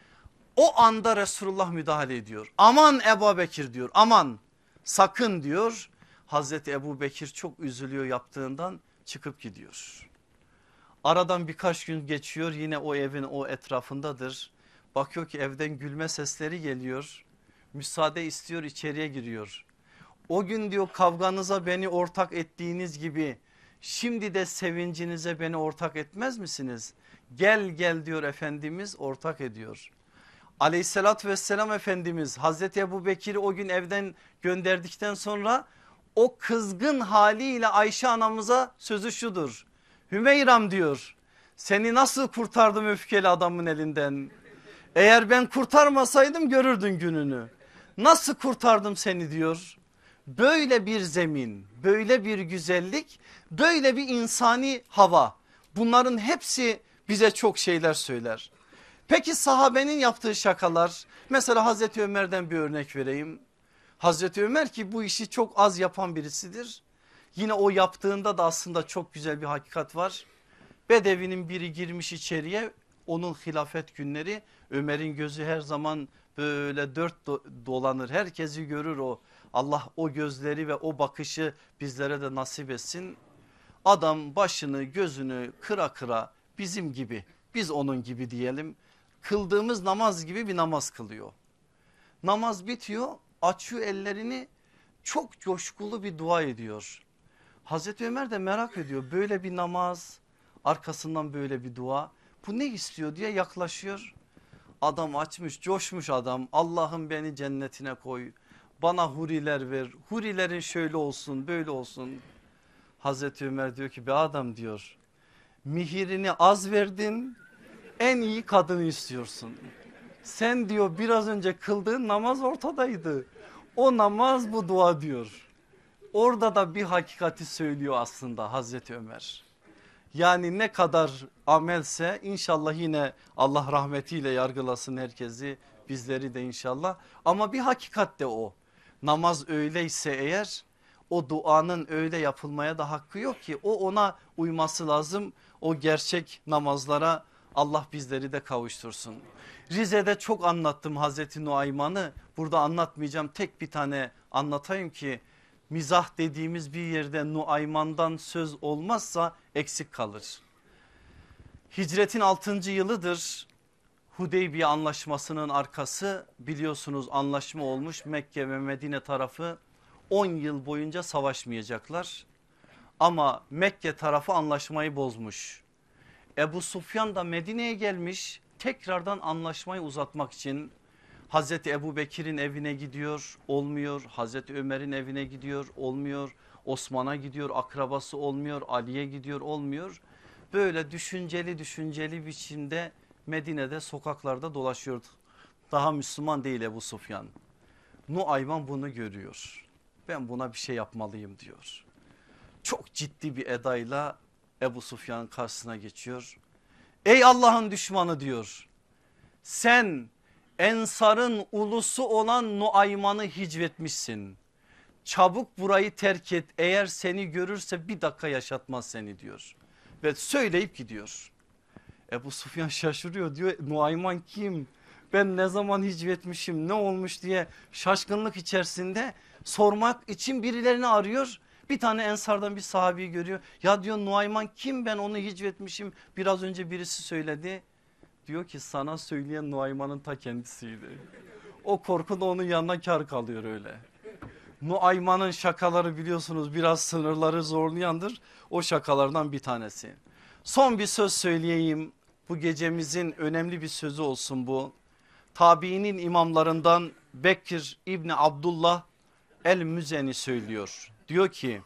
O anda Resulullah müdahale ediyor. Aman Ebubekir diyor, aman sakın diyor. Hazreti Ebubekir çok üzülüyor yaptığından, çıkıp gidiyor. Aradan birkaç gün geçiyor, yine o evin o etrafındadır. Bakıyor ki evden gülme sesleri geliyor. Müsaade istiyor, içeriye giriyor. O gün diyor kavganıza beni ortak ettiğiniz gibi şimdi de sevincinize beni ortak etmez misiniz? Gel gel diyor Efendimiz, ortak ediyor. Aleyhissalatü vesselam Efendimiz Hazreti Ebubekir'i o gün evden gönderdikten sonra o kızgın haliyle Ayşe anamıza sözü şudur. Hümeyram diyor, seni nasıl kurtardım öfkeli adamın elinden? Eğer ben kurtarmasaydım görürdün gününü. Nasıl kurtardım seni diyor. Böyle bir zemin, böyle bir güzellik, böyle bir insani hava, bunların hepsi bize çok şeyler söyler. Peki sahabenin yaptığı şakalar, mesela Hazreti Ömer'den bir örnek vereyim. Hazreti Ömer ki bu işi çok az yapan birisidir. Yine o yaptığında da aslında çok güzel bir hakikat var. Bedevinin biri girmiş içeriye, onun hilafet günleri, Ömer'in gözü her zaman böyle dört dolanır, herkesi görür o. Allah o gözleri ve o bakışı bizlere de nasip etsin. Adam başını gözünü kıra kıra bizim gibi Biz onun gibi diyelim. Kıldığımız namaz gibi bir namaz kılıyor. Namaz bitiyor, açıyor ellerini, çok coşkulu bir dua ediyor. Hazreti Ömer de merak ediyor, böyle bir namaz, arkasından böyle bir dua, bu ne istiyor diye yaklaşıyor. Adam açmış, coşmuş adam. Allah'ım beni cennetine koy, bana huriler ver, hurilerin şöyle olsun böyle olsun. Hazreti Ömer diyor ki be adam diyor, mihirini az verdin, en iyi kadını istiyorsun. Sen diyor biraz önce kıldığın namaz ortadaydı. O namaz bu dua diyor. Orada da bir hakikati söylüyor aslında Hazreti Ömer. Yani ne kadar amelse inşallah yine Allah rahmetiyle yargılasın herkesi, bizleri de inşallah. Ama bir hakikat de o. Namaz öyleyse eğer, o duanın öyle yapılmaya da hakkı yok ki, o ona uyması lazım. O gerçek namazlara Allah bizleri de kavuştursun. Rize'de çok anlattım Hazreti Nuayman'ı, burada anlatmayacağım, tek bir tane anlatayım ki mizah dediğimiz bir yerde Nuayman'dan söz olmazsa eksik kalır. Hicretin 6. yılıdır, Hudeybiye anlaşmasının arkası, biliyorsunuz anlaşma olmuş, Mekke ve Medine tarafı 10 yıl boyunca savaşmayacaklar. Ama Mekke tarafı anlaşmayı bozmuş. Ebu Sufyan da Medine'ye gelmiş, tekrardan anlaşmayı uzatmak için. Hazreti Ebu Bekir'in evine gidiyor, olmuyor. Hazreti Ömer'in evine gidiyor, olmuyor. Osman'a gidiyor, akrabası olmuyor. Ali'ye gidiyor, olmuyor. Böyle düşünceli biçimde Medine'de sokaklarda dolaşıyordu. Daha Müslüman değil Ebu Sufyan. Nuayman bunu görüyor. Ben buna bir şey yapmalıyım diyor. Çok ciddi bir edayla Ebu Sufyan'ın karşısına geçiyor. Ey Allah'ın düşmanı diyor. Sen Ensar'ın ulusu olan Nuayman'ı hicvetmişsin. Çabuk burayı terk et, eğer seni görürse bir dakika yaşatmaz seni diyor. Ve söyleyip gidiyor. Ebu Sufyan şaşırıyor, diyor Nuayman kim? Ben ne zaman hicvetmişim, ne olmuş diye şaşkınlık içerisinde sormak için birilerini arıyor. Bir tane Ensar'dan bir sahabeyi görüyor. Ya diyor Nuayman kim, ben onu hicvetmişim, biraz önce birisi söyledi. Diyor ki sana söyleyen Nuayman'ın ta kendisiydi. O korku da onun yanına kar kalıyor öyle. Nuayman'ın şakaları biliyorsunuz biraz sınırları zorlayandır. O şakalardan bir tanesi. Son bir söz söyleyeyim. Bu gecemizin önemli bir sözü olsun bu. Tabiinin imamlarından Bekir İbni Abdullah el-Müzeni söylüyor. Diyor ki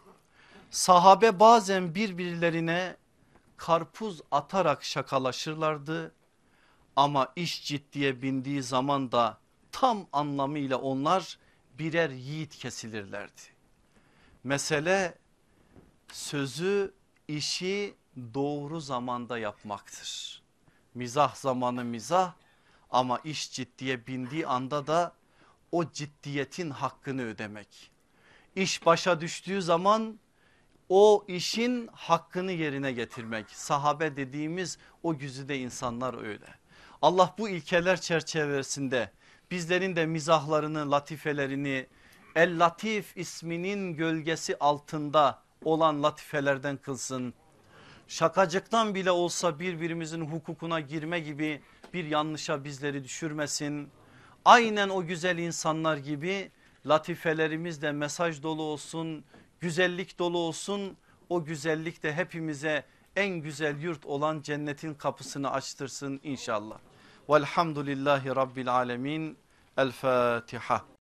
sahabe bazen birbirlerine karpuz atarak şakalaşırlardı. Ama iş ciddiye bindiği zaman da tam anlamıyla onlar birer yiğit kesilirlerdi. Mesele sözü, işi doğru zamanda yapmaktır. Mizah zamanı mizah, ama iş ciddiye bindiği anda da o ciddiyetin hakkını ödemek. İş başa düştüğü zaman o işin hakkını yerine getirmek. Sahabe dediğimiz o güzide insanlar öyle. Allah bu ilkeler çerçevesinde bizlerin de mizahlarını, latifelerini El Latif isminin gölgesi altında olan latifelerden kılsın. Şakacıktan bile olsa birbirimizin hukukuna girme gibi bir yanlışa bizleri düşürmesin. Aynen o güzel insanlar gibi latifelerimiz de mesaj dolu olsun, güzellik dolu olsun. O güzellik de hepimize en güzel yurt olan cennetin kapısını açtırsın inşallah. Velhamdülillahi Rabbil alemin. El Fatiha.